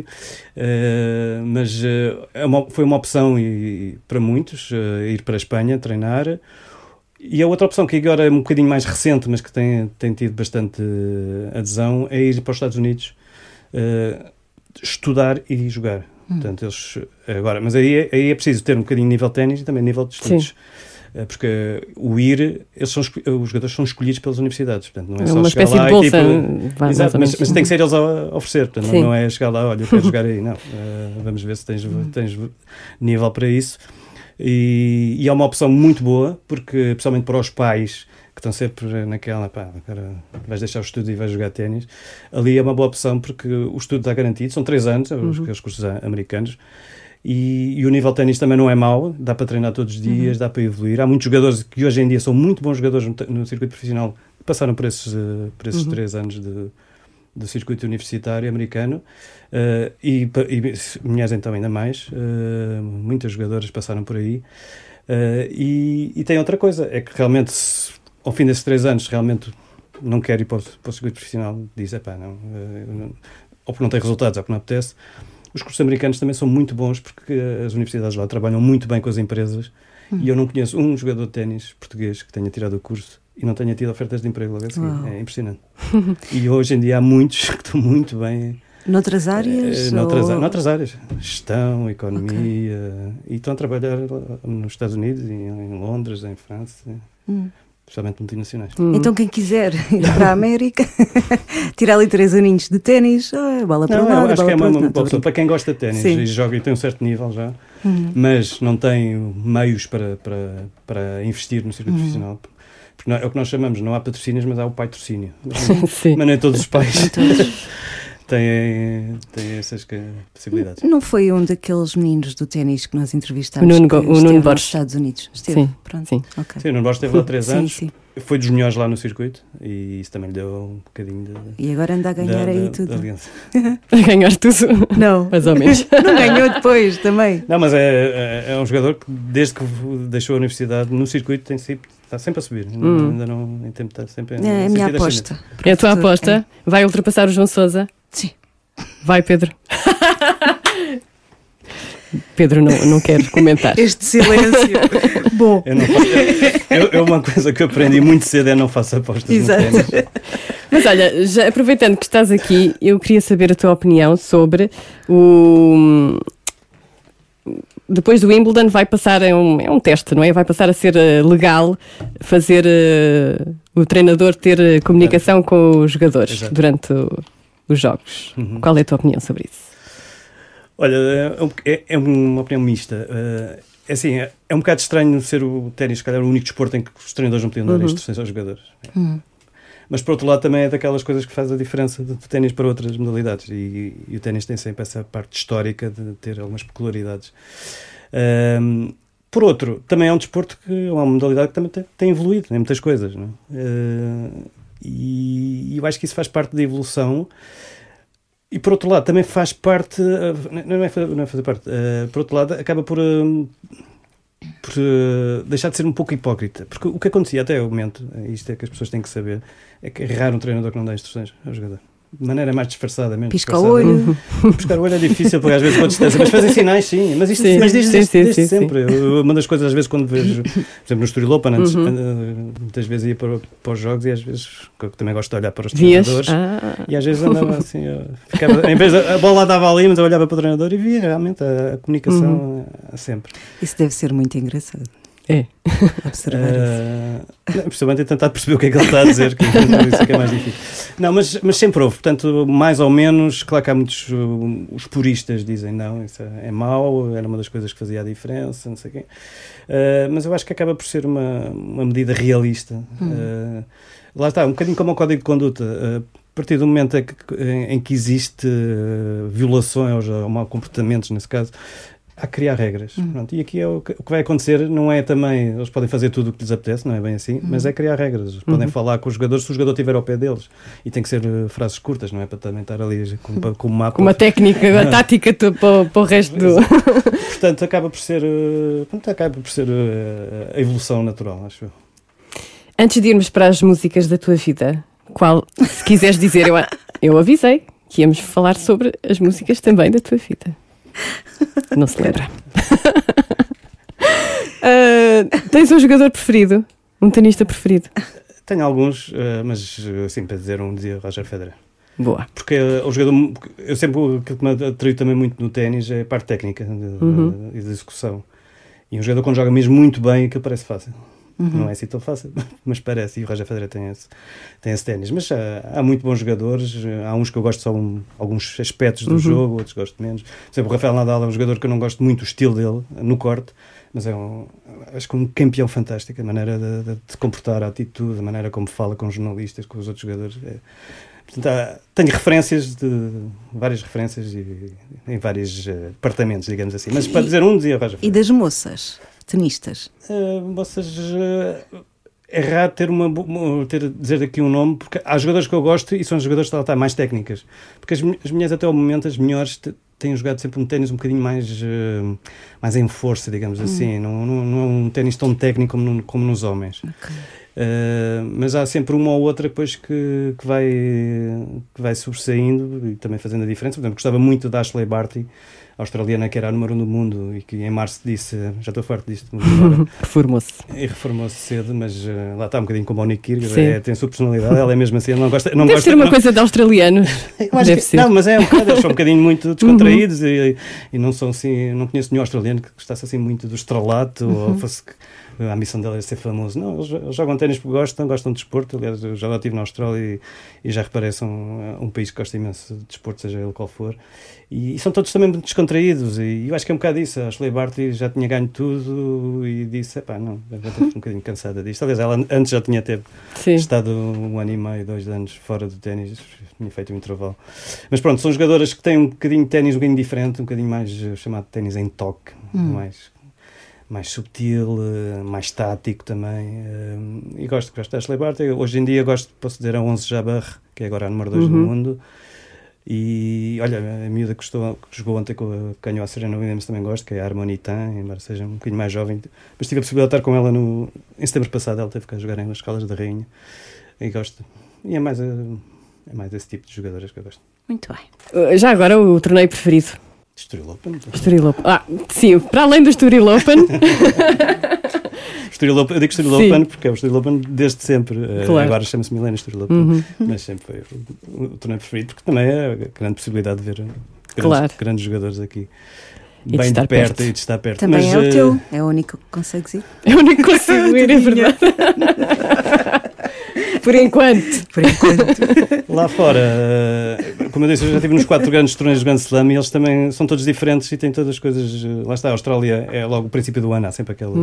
Mas foi uma opção para muitos, ir para a Espanha, treinar. E a outra opção, que agora é um bocadinho mais recente, mas que tem tido bastante adesão, é ir para os Estados Unidos, estudar e jogar. Portanto, agora, mas aí é preciso ter um bocadinho de nível de ténis e também nível de estudos. Sim. Porque os jogadores são escolhidos pelas universidades, portanto, não é só uma chegar espécie lá de bolsa, exato, mas tem que ser eles a oferecer, portanto, não é chegar lá, olha, eu quero jogar aí, não. Vamos ver se tens nível para isso. E é uma opção muito boa, porque, principalmente para os pais que estão sempre naquela, agora vais deixar o estudo e vais jogar ténis, ali é uma boa opção, porque o estudo está garantido, são 3 anos, os cursos americanos. E o nível de ténis também não é mau, dá para treinar todos os dias, dá para evoluir. Há muitos jogadores que hoje em dia são muito bons jogadores no circuito profissional, que passaram por esses 3 anos do circuito universitário americano, e mulheres então ainda mais, muitas jogadoras passaram por aí. E tem outra coisa, é que realmente, ao fim desses 3 anos, realmente não quero ir para o circuito profissional, diz, ou porque não tem resultados, ou porque não apetece. os cursos americanos também são muito bons porque as universidades lá trabalham muito bem com as empresas e eu não conheço um jogador de ténis português que tenha tirado o curso e não tenha tido ofertas de emprego logo a seguir. É impressionante. E hoje em dia há muitos que estão muito bem... Noutras áreas? Noutras áreas. Gestão, economia. E estão a trabalhar nos Estados Unidos, em Londres, em França. Especialmente multinacionais. Então quem quiser ir para a América, tirar ali 3 aninhos de ténis, bola para um lado, acho que é bola uma para opção para quem gosta de ténis e joga e tem um certo nível já, mas não tem meios para investir no circuito profissional. Porque é o que nós chamamos, não há patrocínios, mas há o patrocínio. Mas nem todos os pais têm essas possibilidades. Não foi um daqueles meninos do ténis que nós entrevistámos o Nuno nos Borges. Estados Unidos? Esteve? Sim, pronto. sim. Okay. Sim, o Nuno Borges esteve lá 3 anos. Sim. Foi dos melhores lá no circuito e isso também lhe deu um bocadinho de... E agora anda a ganhar aí tudo. A ganhar tudo? Não. Mais ou menos. Não ganhou depois também. Não, mas é um jogador que desde que deixou a universidade no circuito está sempre a subir. Ainda não em tempo, está sempre É a minha aposta. É a tua aposta? Vai ultrapassar o João Sousa? Sim. Vai, Pedro. Pedro não quer comentar. Este silêncio. Bom. Uma coisa que eu aprendi muito cedo é não faço apostas. Exato. No ténis. Mas olha, já aproveitando que estás aqui, eu queria saber a tua opinião sobre o... Depois do Wimbledon vai passar, é um teste, não é? Vai passar a ser legal fazer o treinador ter comunicação com os jogadores durante os jogos. Qual é a tua opinião sobre isso? Olha, é uma opinião mista. É um bocado estranho ser o ténis, se calhar, o único desporto em que os treinadores não podiam dar instruções aos jogadores. Mas, por outro lado, também é daquelas coisas que faz a diferença do ténis para outras modalidades. E o ténis tem sempre essa parte histórica de ter algumas peculiaridades. Por outro, também é um desporto que é uma modalidade que também tem evoluído em muitas coisas. Não é? E eu acho que isso faz parte da evolução. E, por outro lado, também faz parte... Não é fazer parte. Por outro lado, acaba por deixar de ser um pouco hipócrita. Porque o que acontecia até o momento, isto é que as pessoas têm que saber, é que é raro um treinador que não dá instruções ao jogador. De maneira mais disfarçada mesmo. Pisca o olho. Piscar o olho é difícil, porque às vezes com distância, mas fazem sinais, sim. Mas isto desde sempre. Uma das coisas, às vezes, quando vejo, por exemplo, no Estoril Open, muitas vezes ia para os jogos e às vezes, eu também gosto de olhar para os treinadores, e às vezes andava assim, ficava, em vez a bola estava ali, mas eu olhava para o treinador e via realmente a comunicação sempre. Isso deve ser muito engraçado. É. Observar isso. Principalmente é tentar perceber o que é que ele está a dizer, que isso é mais difícil. Não, mas sempre houve, portanto, mais ou menos, claro que há muitos, os puristas dizem, não, isso é mau, era uma das coisas que fazia a diferença, não sei o quê. Mas eu acho que acaba por ser uma medida realista. Lá está, um bocadinho como o Código de Conduta. A partir do momento em que existe violações ou mau comportamentos, nesse caso, há que criar regras. Pronto, e aqui é o que vai acontecer, não é também, eles podem fazer tudo o que lhes apetece, não é bem assim, mas é criar regras. Eles podem falar com os jogadores se o jogador estiver ao pé deles. E tem que ser frases curtas, não é para também estar ali com um mapa. Com uma técnica, uma tática para o resto do... Portanto, acaba por ser a evolução natural, acho eu. Antes de irmos para as músicas da tua vida, se quiseres dizer, eu avisei que íamos falar sobre as músicas também da tua vida. Não se lembra. Tens um jogador preferido? Um tenista preferido? Tenho alguns, mas assim, para dizer dizia Roger Federer. Boa. Porque o jogador, eu sempre, o que me atraiu também muito no ténis é a parte técnica e de execução. E um jogador quando joga mesmo muito bem, aquilo parece fácil. Não é assim tão fácil, mas parece, e o Roger Federer tem esse ténis. Mas há muito bons jogadores, há uns que eu gosto só alguns aspectos do jogo, outros gosto menos. Por exemplo, o Rafael Nadal é um jogador que eu não gosto muito do estilo dele, no corte, mas acho que um campeão fantástico, a maneira de se comportar, a atitude, a maneira como fala com os jornalistas, com os outros jogadores. Portanto, tenho várias referências em vários departamentos, digamos assim. Mas para dizer dizia o Roger Federer. E das moças? Tenistas? É raro dizer aqui um nome, porque há jogadores que eu gosto e são jogadores que estão mais técnicas. Porque as mulheres, até ao momento, as melhores têm jogado sempre um ténis um bocadinho mais em força, digamos assim. Não é um ténis tão técnico como nos homens. Okay. Mas há sempre uma ou outra depois que vai sobressaindo e também fazendo a diferença. Por exemplo, gostava muito da Ashley Barty, australiana, que era a número 1 do mundo e que em março disse, já estou farto disto, Reformou-se. E reformou-se cedo, mas lá está um bocadinho como a Monique Kyrgios, tem a sua personalidade, ela é mesmo assim, não gosta, Deve ser uma coisa de australianos. Deve ser. Não, mas é um bocado, eles são um bocadinho muito descontraídos e não são assim, não conheço nenhum australiano que gostasse assim muito do estrelato ou fosse que a ambição dela é ser famoso. Não, eles jogam ténis porque gostam de desporto. Aliás, eu já lá estive na Austrália e já reparei, são um país que gosta imenso de desporto, seja ele qual for. E são todos também muito descontraídos. E eu acho que é um bocado isso. A Ashley Barty já tinha ganho tudo e disse: não, estou um bocadinho cansada disto. Aliás, ela antes já tinha estado 1 ano e meio, 2 anos fora do ténis, tinha feito um intervalo. Mas pronto, são jogadoras que têm um bocadinho de ténis um bocadinho diferente, um bocadinho mais chamado ténis em toque, mais subtil, mais tático também, e gosto da Ashley Barty. Hoje em dia posso dizer a Ons Jabeur, que é agora a número 2 do mundo, e olha, a miúda que jogou ontem ganhou a Serena Williams, também gosto, que é a Harmony Tan, embora seja um bocadinho mais jovem, mas tive a possibilidade de estar com ela em setembro passado. Ela teve que jogar nas escolas da Rainha, e gosto, e é mais esse tipo de jogadoras que eu gosto. Muito bem. Já agora o torneio preferido? Estoril Open. Sim, para além do Estoril Open. Eu digo Estoril Open porque é o Estoril Open desde sempre. Claro. Agora chama-se Milênio Estoril Open, mas sempre foi o torneio preferido, porque também é a grande possibilidade de ver grandes jogadores aqui. E bem de perto e de estar perto. Também mas, é o teu, é o único que consegues ir. É o único que consigo ir, é verdade. Por enquanto. Lá fora, como eu disse, eu já estive nos 4 grandes torneios de Grand Slam e eles também são todos diferentes e têm todas as coisas. Lá está, a Austrália é logo o princípio do ano, há sempre aquela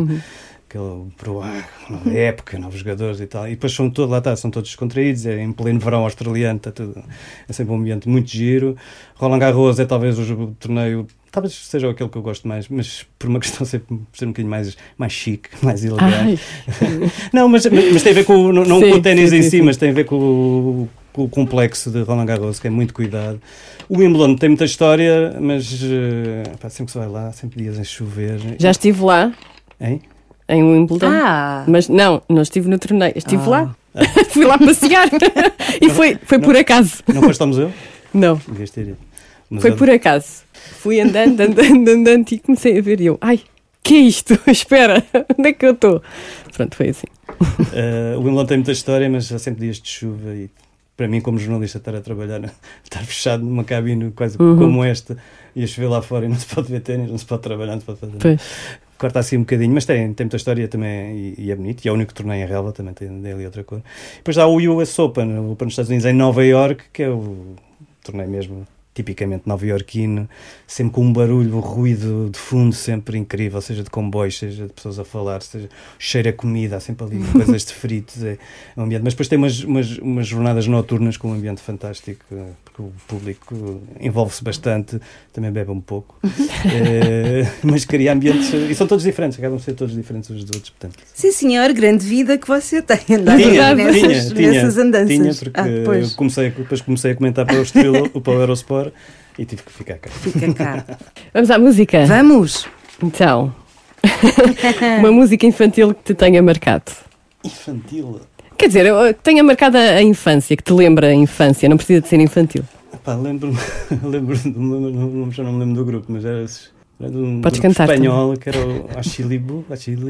nova época, novos jogadores e tal. E depois são todos descontraídos, é em pleno verão australiano, é sempre um ambiente muito giro. Roland Garros é talvez o torneio. Talvez seja aquele que eu gosto mais, mas por uma questão sempre ser um bocadinho mais chique, mais elegante. Não, mas tem a ver com, não com o ténis em si, mas tem a ver com o complexo de Roland Garros, que é muito cuidado. O Wimbledon tem muita história, mas sempre que se vai lá, sempre dias em chover. Já estive lá. Hein? Em Wimbledon. Mas não estive no torneio. Estive lá. Fui lá passear. E foi por acaso. Não foste ao museu? Não. Devias ter ido. Foi por acaso. Fui andando e comecei a ver e eu, que é isto? Espera, onde é que eu estou? Pronto, foi assim. O Wimbledon tem muita história, mas há sempre dias de chuva e para mim, como jornalista, estar a trabalhar, estar fechado numa cabine quase como esta e a chover lá fora e não se pode ver ténis, não se pode trabalhar, não se pode fazer nada. Corta assim um bocadinho, mas tem muita história também e é bonito, e é o único torneio em relva, também tem ali outra cor. Depois há o US Open, o Open dos Estados Unidos em Nova Iorque, que é o torneio mesmo tipicamente nova-iorquino, sempre com um barulho, um ruído de fundo sempre incrível, seja de comboios, seja de pessoas a falar, seja cheiro a comida, há sempre ali coisas de fritos, é um ambiente. Mas depois tem umas jornadas noturnas com um ambiente fantástico, porque o público envolve-se bastante, também bebe um pouco, mas cria ambientes, e são todos diferentes, acabam de ser todos diferentes uns dos outros, portanto. Sim senhor, grande vida que você tem, nessas andanças. Tinha, porque depois comecei a comentar para o Eurosport e tive que ficar cá. Fica cá. Vamos à música? Vamos! Então, uma música infantil que te tenha marcado. Infantil? Quer dizer, que tenha marcado a infância, que te lembra a infância, não precisa de ser infantil. Lembro-me de uma, já não me lembro do grupo, mas era de um Podes grupo cantar espanhol, que era o Achilibu.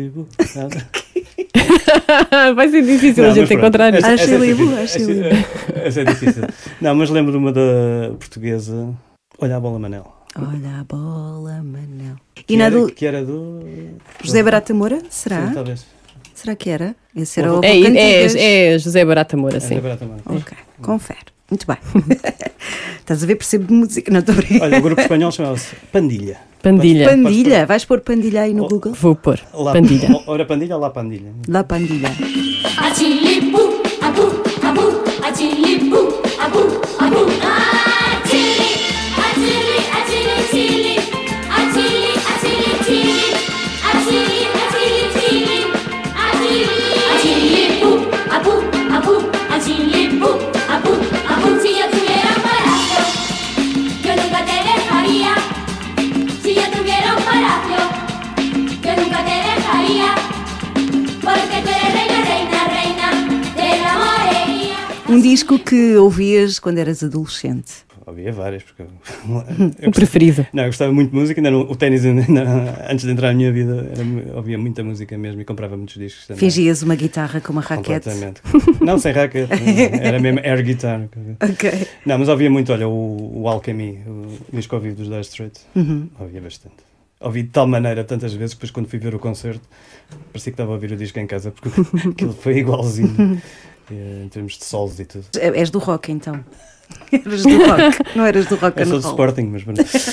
Vai ser difícil a gente encontrar isso. Essa é difícil. Não, mas lembro de uma da portuguesa, Olha a Bola Manel. Olha a Bola Manel. Que era do José Barata Moura, será? Sim, talvez. Será que era? Esse era o é José Barata Moura, sim. Ok, confere. Muito bem. Estás a ver, percebo de música, não estou a brincar. Olha, o grupo espanhol chamava-se Pandilha. Pandilha. Vais pôr Pandilha aí no Google? Vou pôr. Pandilha. Ora Pandilha ou lá Pandilha? Lá Pandilha. Achilibu, abu, abu, achilibu, abu, abu. Porque tú eres reina, reina, reina. Um disco que ouvias quando eras adolescente. Ouvia várias, porque O preferido. Não, eu gostava muito de música, o ténis antes de entrar na minha vida, ouvia muita música mesmo e comprava muitos discos também. Fingias uma guitarra com uma raquete. Completamente. Não, sem raquete, era mesmo air guitar. Ok. Não, mas ouvia muito, olha, o Alchemy, o disco ao vivo dos Dire Straits, ouvia bastante. Ouvi de tal maneira tantas vezes que depois quando fui ver o concerto parecia que estava a ouvir o disco em casa, porque aquilo foi igualzinho em termos de solos e tudo. És do rock então? Eras do rock, não eras do rock Eu and sou do roll. Sporting, mas...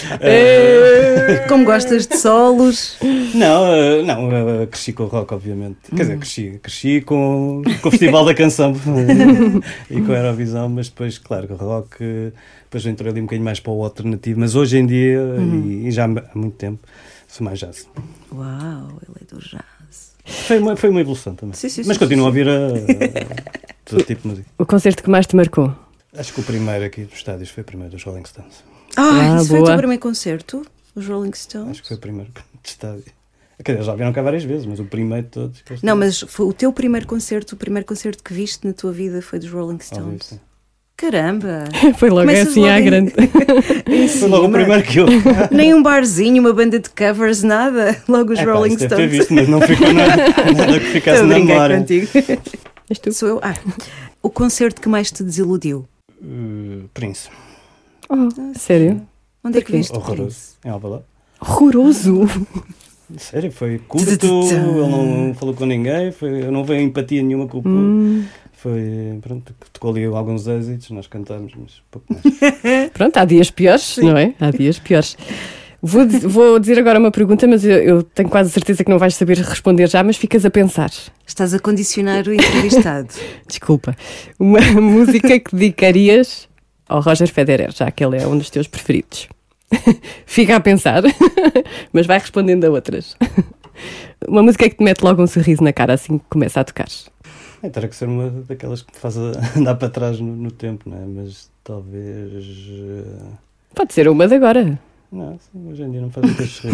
Como gostas de solos? Não, cresci com o rock, obviamente. Quer dizer, cresci com o Festival da Canção e com a Eurovisão, mas depois, claro, o rock, depois eu entrei ali um bocadinho mais para o alternativo, mas hoje em dia, e já há muito tempo, sou mais jazz. Uau, ele é do jazz. Foi uma evolução também. Sim, mas continuo a ouvir todo tipo de música. O concerto que mais te marcou? Acho que o primeiro aqui dos estádios foi o primeiro dos Rolling Stones. Isso foi o boa. teu primeiro concerto? Os Rolling Stones? Acho que foi o primeiro de estádio. Quer dizer, já vieram cá várias vezes, mas o primeiro de todos... Não, mas foi o teu primeiro concerto, o primeiro concerto que viste na tua vida foi dos Rolling Stones. Sim. Caramba! Foi logo Começas assim logo à em- grande. Foi logo o primeiro que eu... Nem um barzinho, uma banda de covers, nada. Logo os Rolling Deve ter Stones. visto, mas não ficou nada que ficasse Estou a na brincar memória. contigo. És tu? Sou eu. O concerto que mais te desiludiu? Prince. Sério? Onde é que viste Horroroso. Prince? Em Alvalade. Horroroso. Sério, foi curto, ele não falou com ninguém, eu não veio empatia nenhuma com o público. Foi, pronto, tocou ali alguns êxitos, nós cantámos, mas pouco mais. Pronto, há dias piores, não é? Há dias piores. Vou dizer agora uma pergunta, mas eu tenho quase certeza que não vais saber responder já, mas ficas a pensar. Estás a condicionar o entrevistado. Desculpa. Uma música que dedicarias ao Roger Federer, já que ele é um dos teus preferidos. Fica a pensar, mas vai respondendo a outras. Uma música que te mete logo um sorriso na cara assim que começa a tocar. Terá que ser uma daquelas que me faz andar para trás no tempo, não é? Mas talvez... Pode ser uma de agora. Não, sim, hoje em dia não faz muitas sorrir.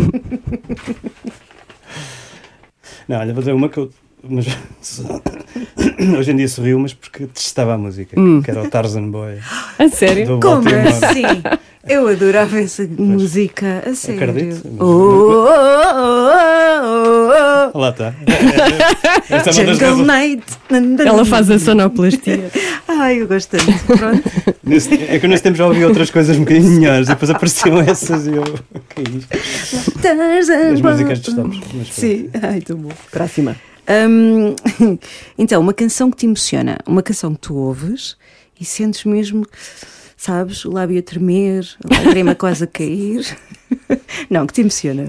Não, olha, vou dizer uma que eu... Mas, hoje em dia sorriu, mas porque detestava a música, que era o Tarzan Boy. A sério? do Como Baltimore. assim? Eu adorava essa música, a sério. Acredito. Oh. Lá está. Esta é uma das Jungle razões. Night. Ela faz a sonoplastia. Ai, eu gosto tanto. Pronto. É que eu nesse tempo já ouvi outras coisas um bocadinho melhores e depois apareciam essas e eu... O que é isto? Tarzan As Boy. músicas detestamos. Mas Sim, ai, tão bom. Próxima. Então, uma canção que te emociona, uma canção que tu ouves e sentes mesmo, sabes, o lábio a tremer, a lágrima quase a cair. Não, que te emociona.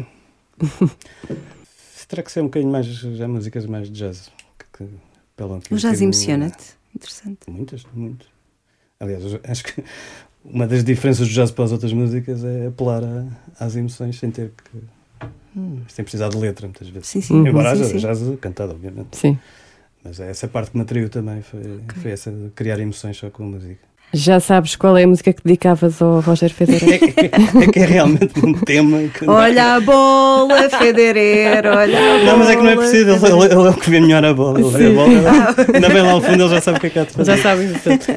terá que ser um bocadinho mais, já músicas mais de jazz. Que apelam aqui O um jazz bocadinho- emociona-te? Interessante. Muitas, muito. Aliás, eu acho que uma das diferenças do jazz para as outras músicas é apelar às emoções sem ter que... sem precisar de letra, muitas vezes. Sim, sim. Embora sim, haja sim. jazz cantado, obviamente. Sim. Mas essa parte que me atraiu também foi essa de criar emoções só com a música. Já sabes qual é a música que dedicavas ao Roger Federer? É que é realmente um tema que... Olha a bola, Federer, olha a bola. Não, mas é que não é preciso, ele é o que vê melhor a bola. Ele vê a bola, ainda bem lá ao fundo, ele já sabe o que é que há de fazer. Já sabem, portanto.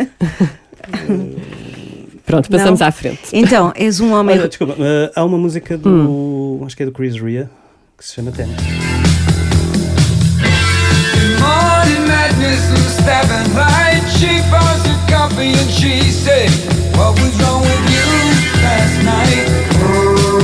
Pronto, passamos Não. à frente. Então, és um homem... Olha, desculpa, há uma música do... acho que é do Chris Rea, que se chama Tennis. Morning madness was stabbing light. She paused her coffee and she said, what was wrong with you last night?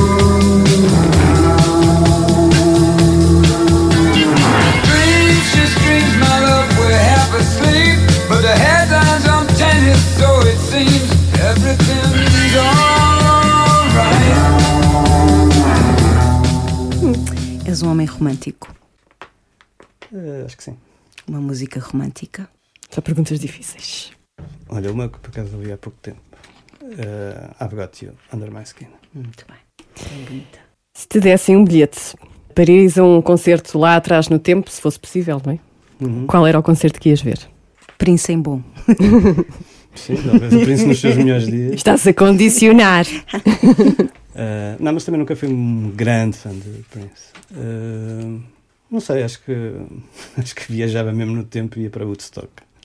Dreams, just dreams, my love, we're half asleep. But the headlines on tennis, so it seems everything's alright. És um homem romântico. Acho que sim. Uma música romântica. Só perguntas difíceis. Olha, uma que por acaso ouvi há pouco tempo. I've Got You, Under My Skin. Muito bem. Bem bonita. Se te dessem um bilhete para ires a um concerto lá atrás no tempo, se fosse possível, não é? Qual era o concerto que ias ver? Prince em bom. Sim, talvez o Prince nos seus melhores dias. Estás a condicionar. Não, mas também nunca fui um grande fã de Prince. Não sei, acho que viajava mesmo no tempo e ia para Woodstock.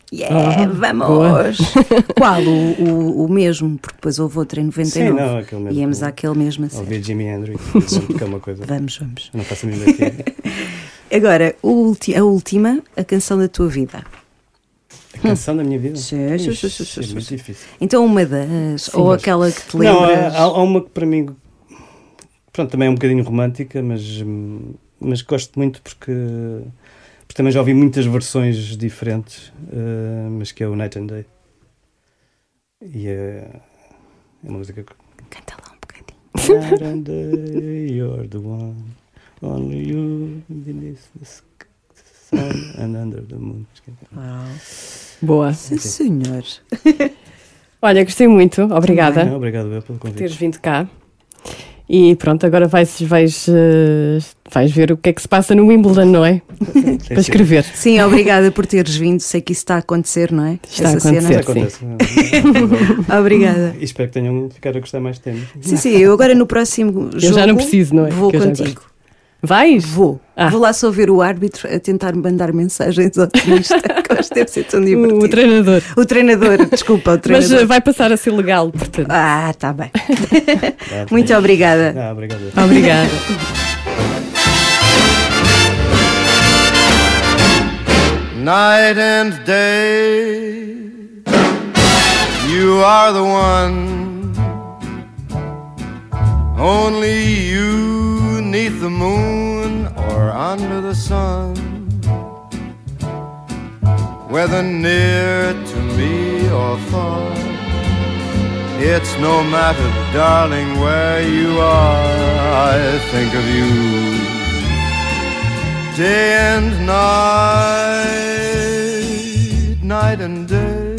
Vamos! Qual? O mesmo, porque depois houve outro em 99. Sim, não, aquele mesmo. Íamos àquele mesmo a sério. Ouvia Jimi Hendrix, que é uma coisa. Vamos. Não faço a mínima ideia. Agora, a última, a canção da tua vida. A canção da minha vida? Sim. Ixi, é muito difícil. Então uma das, ou aquela que te Não, lembras? há uma que para mim, pronto, também é um bocadinho romântica, mas gosto muito porque também já ouvi muitas versões diferentes, mas que é o Night and Day. E é uma música que... Canta lá um bocadinho. Night and day, you're the one, only you beneath the sun and under the moon. Boa. Sim, senhor. Olha, gostei muito. Obrigada Obrigado pelo por convite. teres vindo cá. E pronto, agora vais ver o que é que se passa no Wimbledon, não é? Para escrever. Sim, obrigada por teres vindo. Sei que isso está a acontecer, não é? Está a Essa acontecer. cena. Acontece. Obrigada. E espero que tenham ficado a gostar mais de ténis. Sim, eu agora no próximo jogo já não preciso, não é? vou Que eu já contigo. Vais? Vou lá só ver o árbitro a tentar me mandar mensagens ao tenista, que hoje deve ser tão divertido. O treinador. O treinador, desculpa, o Mas treinador. vai passar a ser legal, portanto. Tá bem. Muito obrigada. Obrigado. Obrigada. Night and day, you are the one. Only you, 'neath the moon or under the sun. Whether near to me or far, it's no matter, darling, where you are. I think of you day and night, night and day.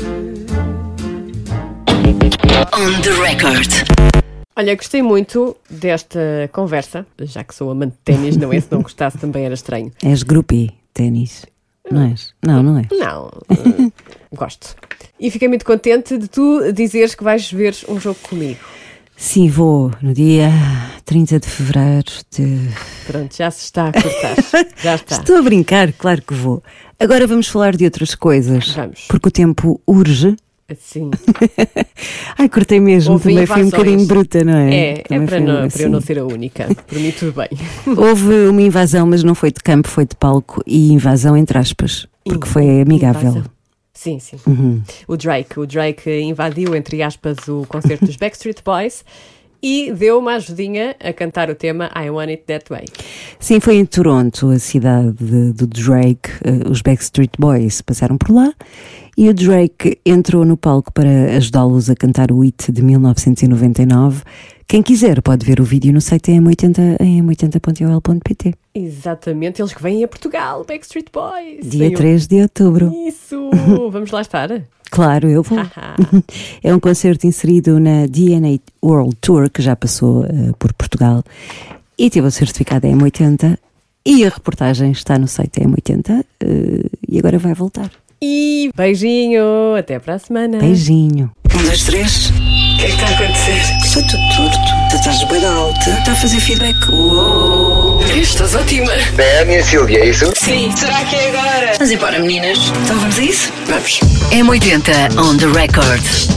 On the record. Olha, gostei muito desta conversa, já que sou amante de ténis, não é? Se não gostasse também era estranho. És groupie, ténis. Não és? Não és. Não, gosto. E fiquei muito contente de tu dizeres que vais ver um jogo comigo. Sim, vou no dia 30 de fevereiro de... Pronto, já se está a cortar. Já está. Estou a brincar, claro que vou. Agora vamos falar de outras coisas. Vamos. Porque o tempo urge. Sim. Ai, cortei mesmo, Houve também fui um invasões. bocadinho bruta, não é? É Também para, fui não, assim. para eu não ser a única. Por mim tudo bem. Houve uma invasão, mas não foi de campo, foi de palco. E invasão entre aspas, porque foi amigável. Invasão. Sim. Uhum. O Drake invadiu, entre aspas, o concerto dos Backstreet Boys e deu uma ajudinha a cantar o tema I Want It That Way. Sim, foi em Toronto, a cidade do Drake. Os Backstreet Boys passaram por lá e o Drake entrou no palco para ajudá-los a cantar o hit de 1999. Quem quiser pode ver o vídeo no site m80.ol.pt. Exatamente, eles que vêm a Portugal, Backstreet Boys. Dia 3 de outubro. Isso, vamos lá estar. Claro, eu vou. É um concerto inserido na DNA World Tour, que já passou por Portugal e teve o certificado M80 e a reportagem está no site M80 e agora vai voltar. E beijinho, até para a semana. Beijinho. 1, 2, 3. O que é que está a acontecer? Está tudo torto. Tu estás bem alta. Está a fazer feedback. Uou. Estás ótima. É a minha Silvia, é isso? Sim. Será que é agora? Vamos embora, meninas. Então vamos a isso? Vamos. M80 on the record.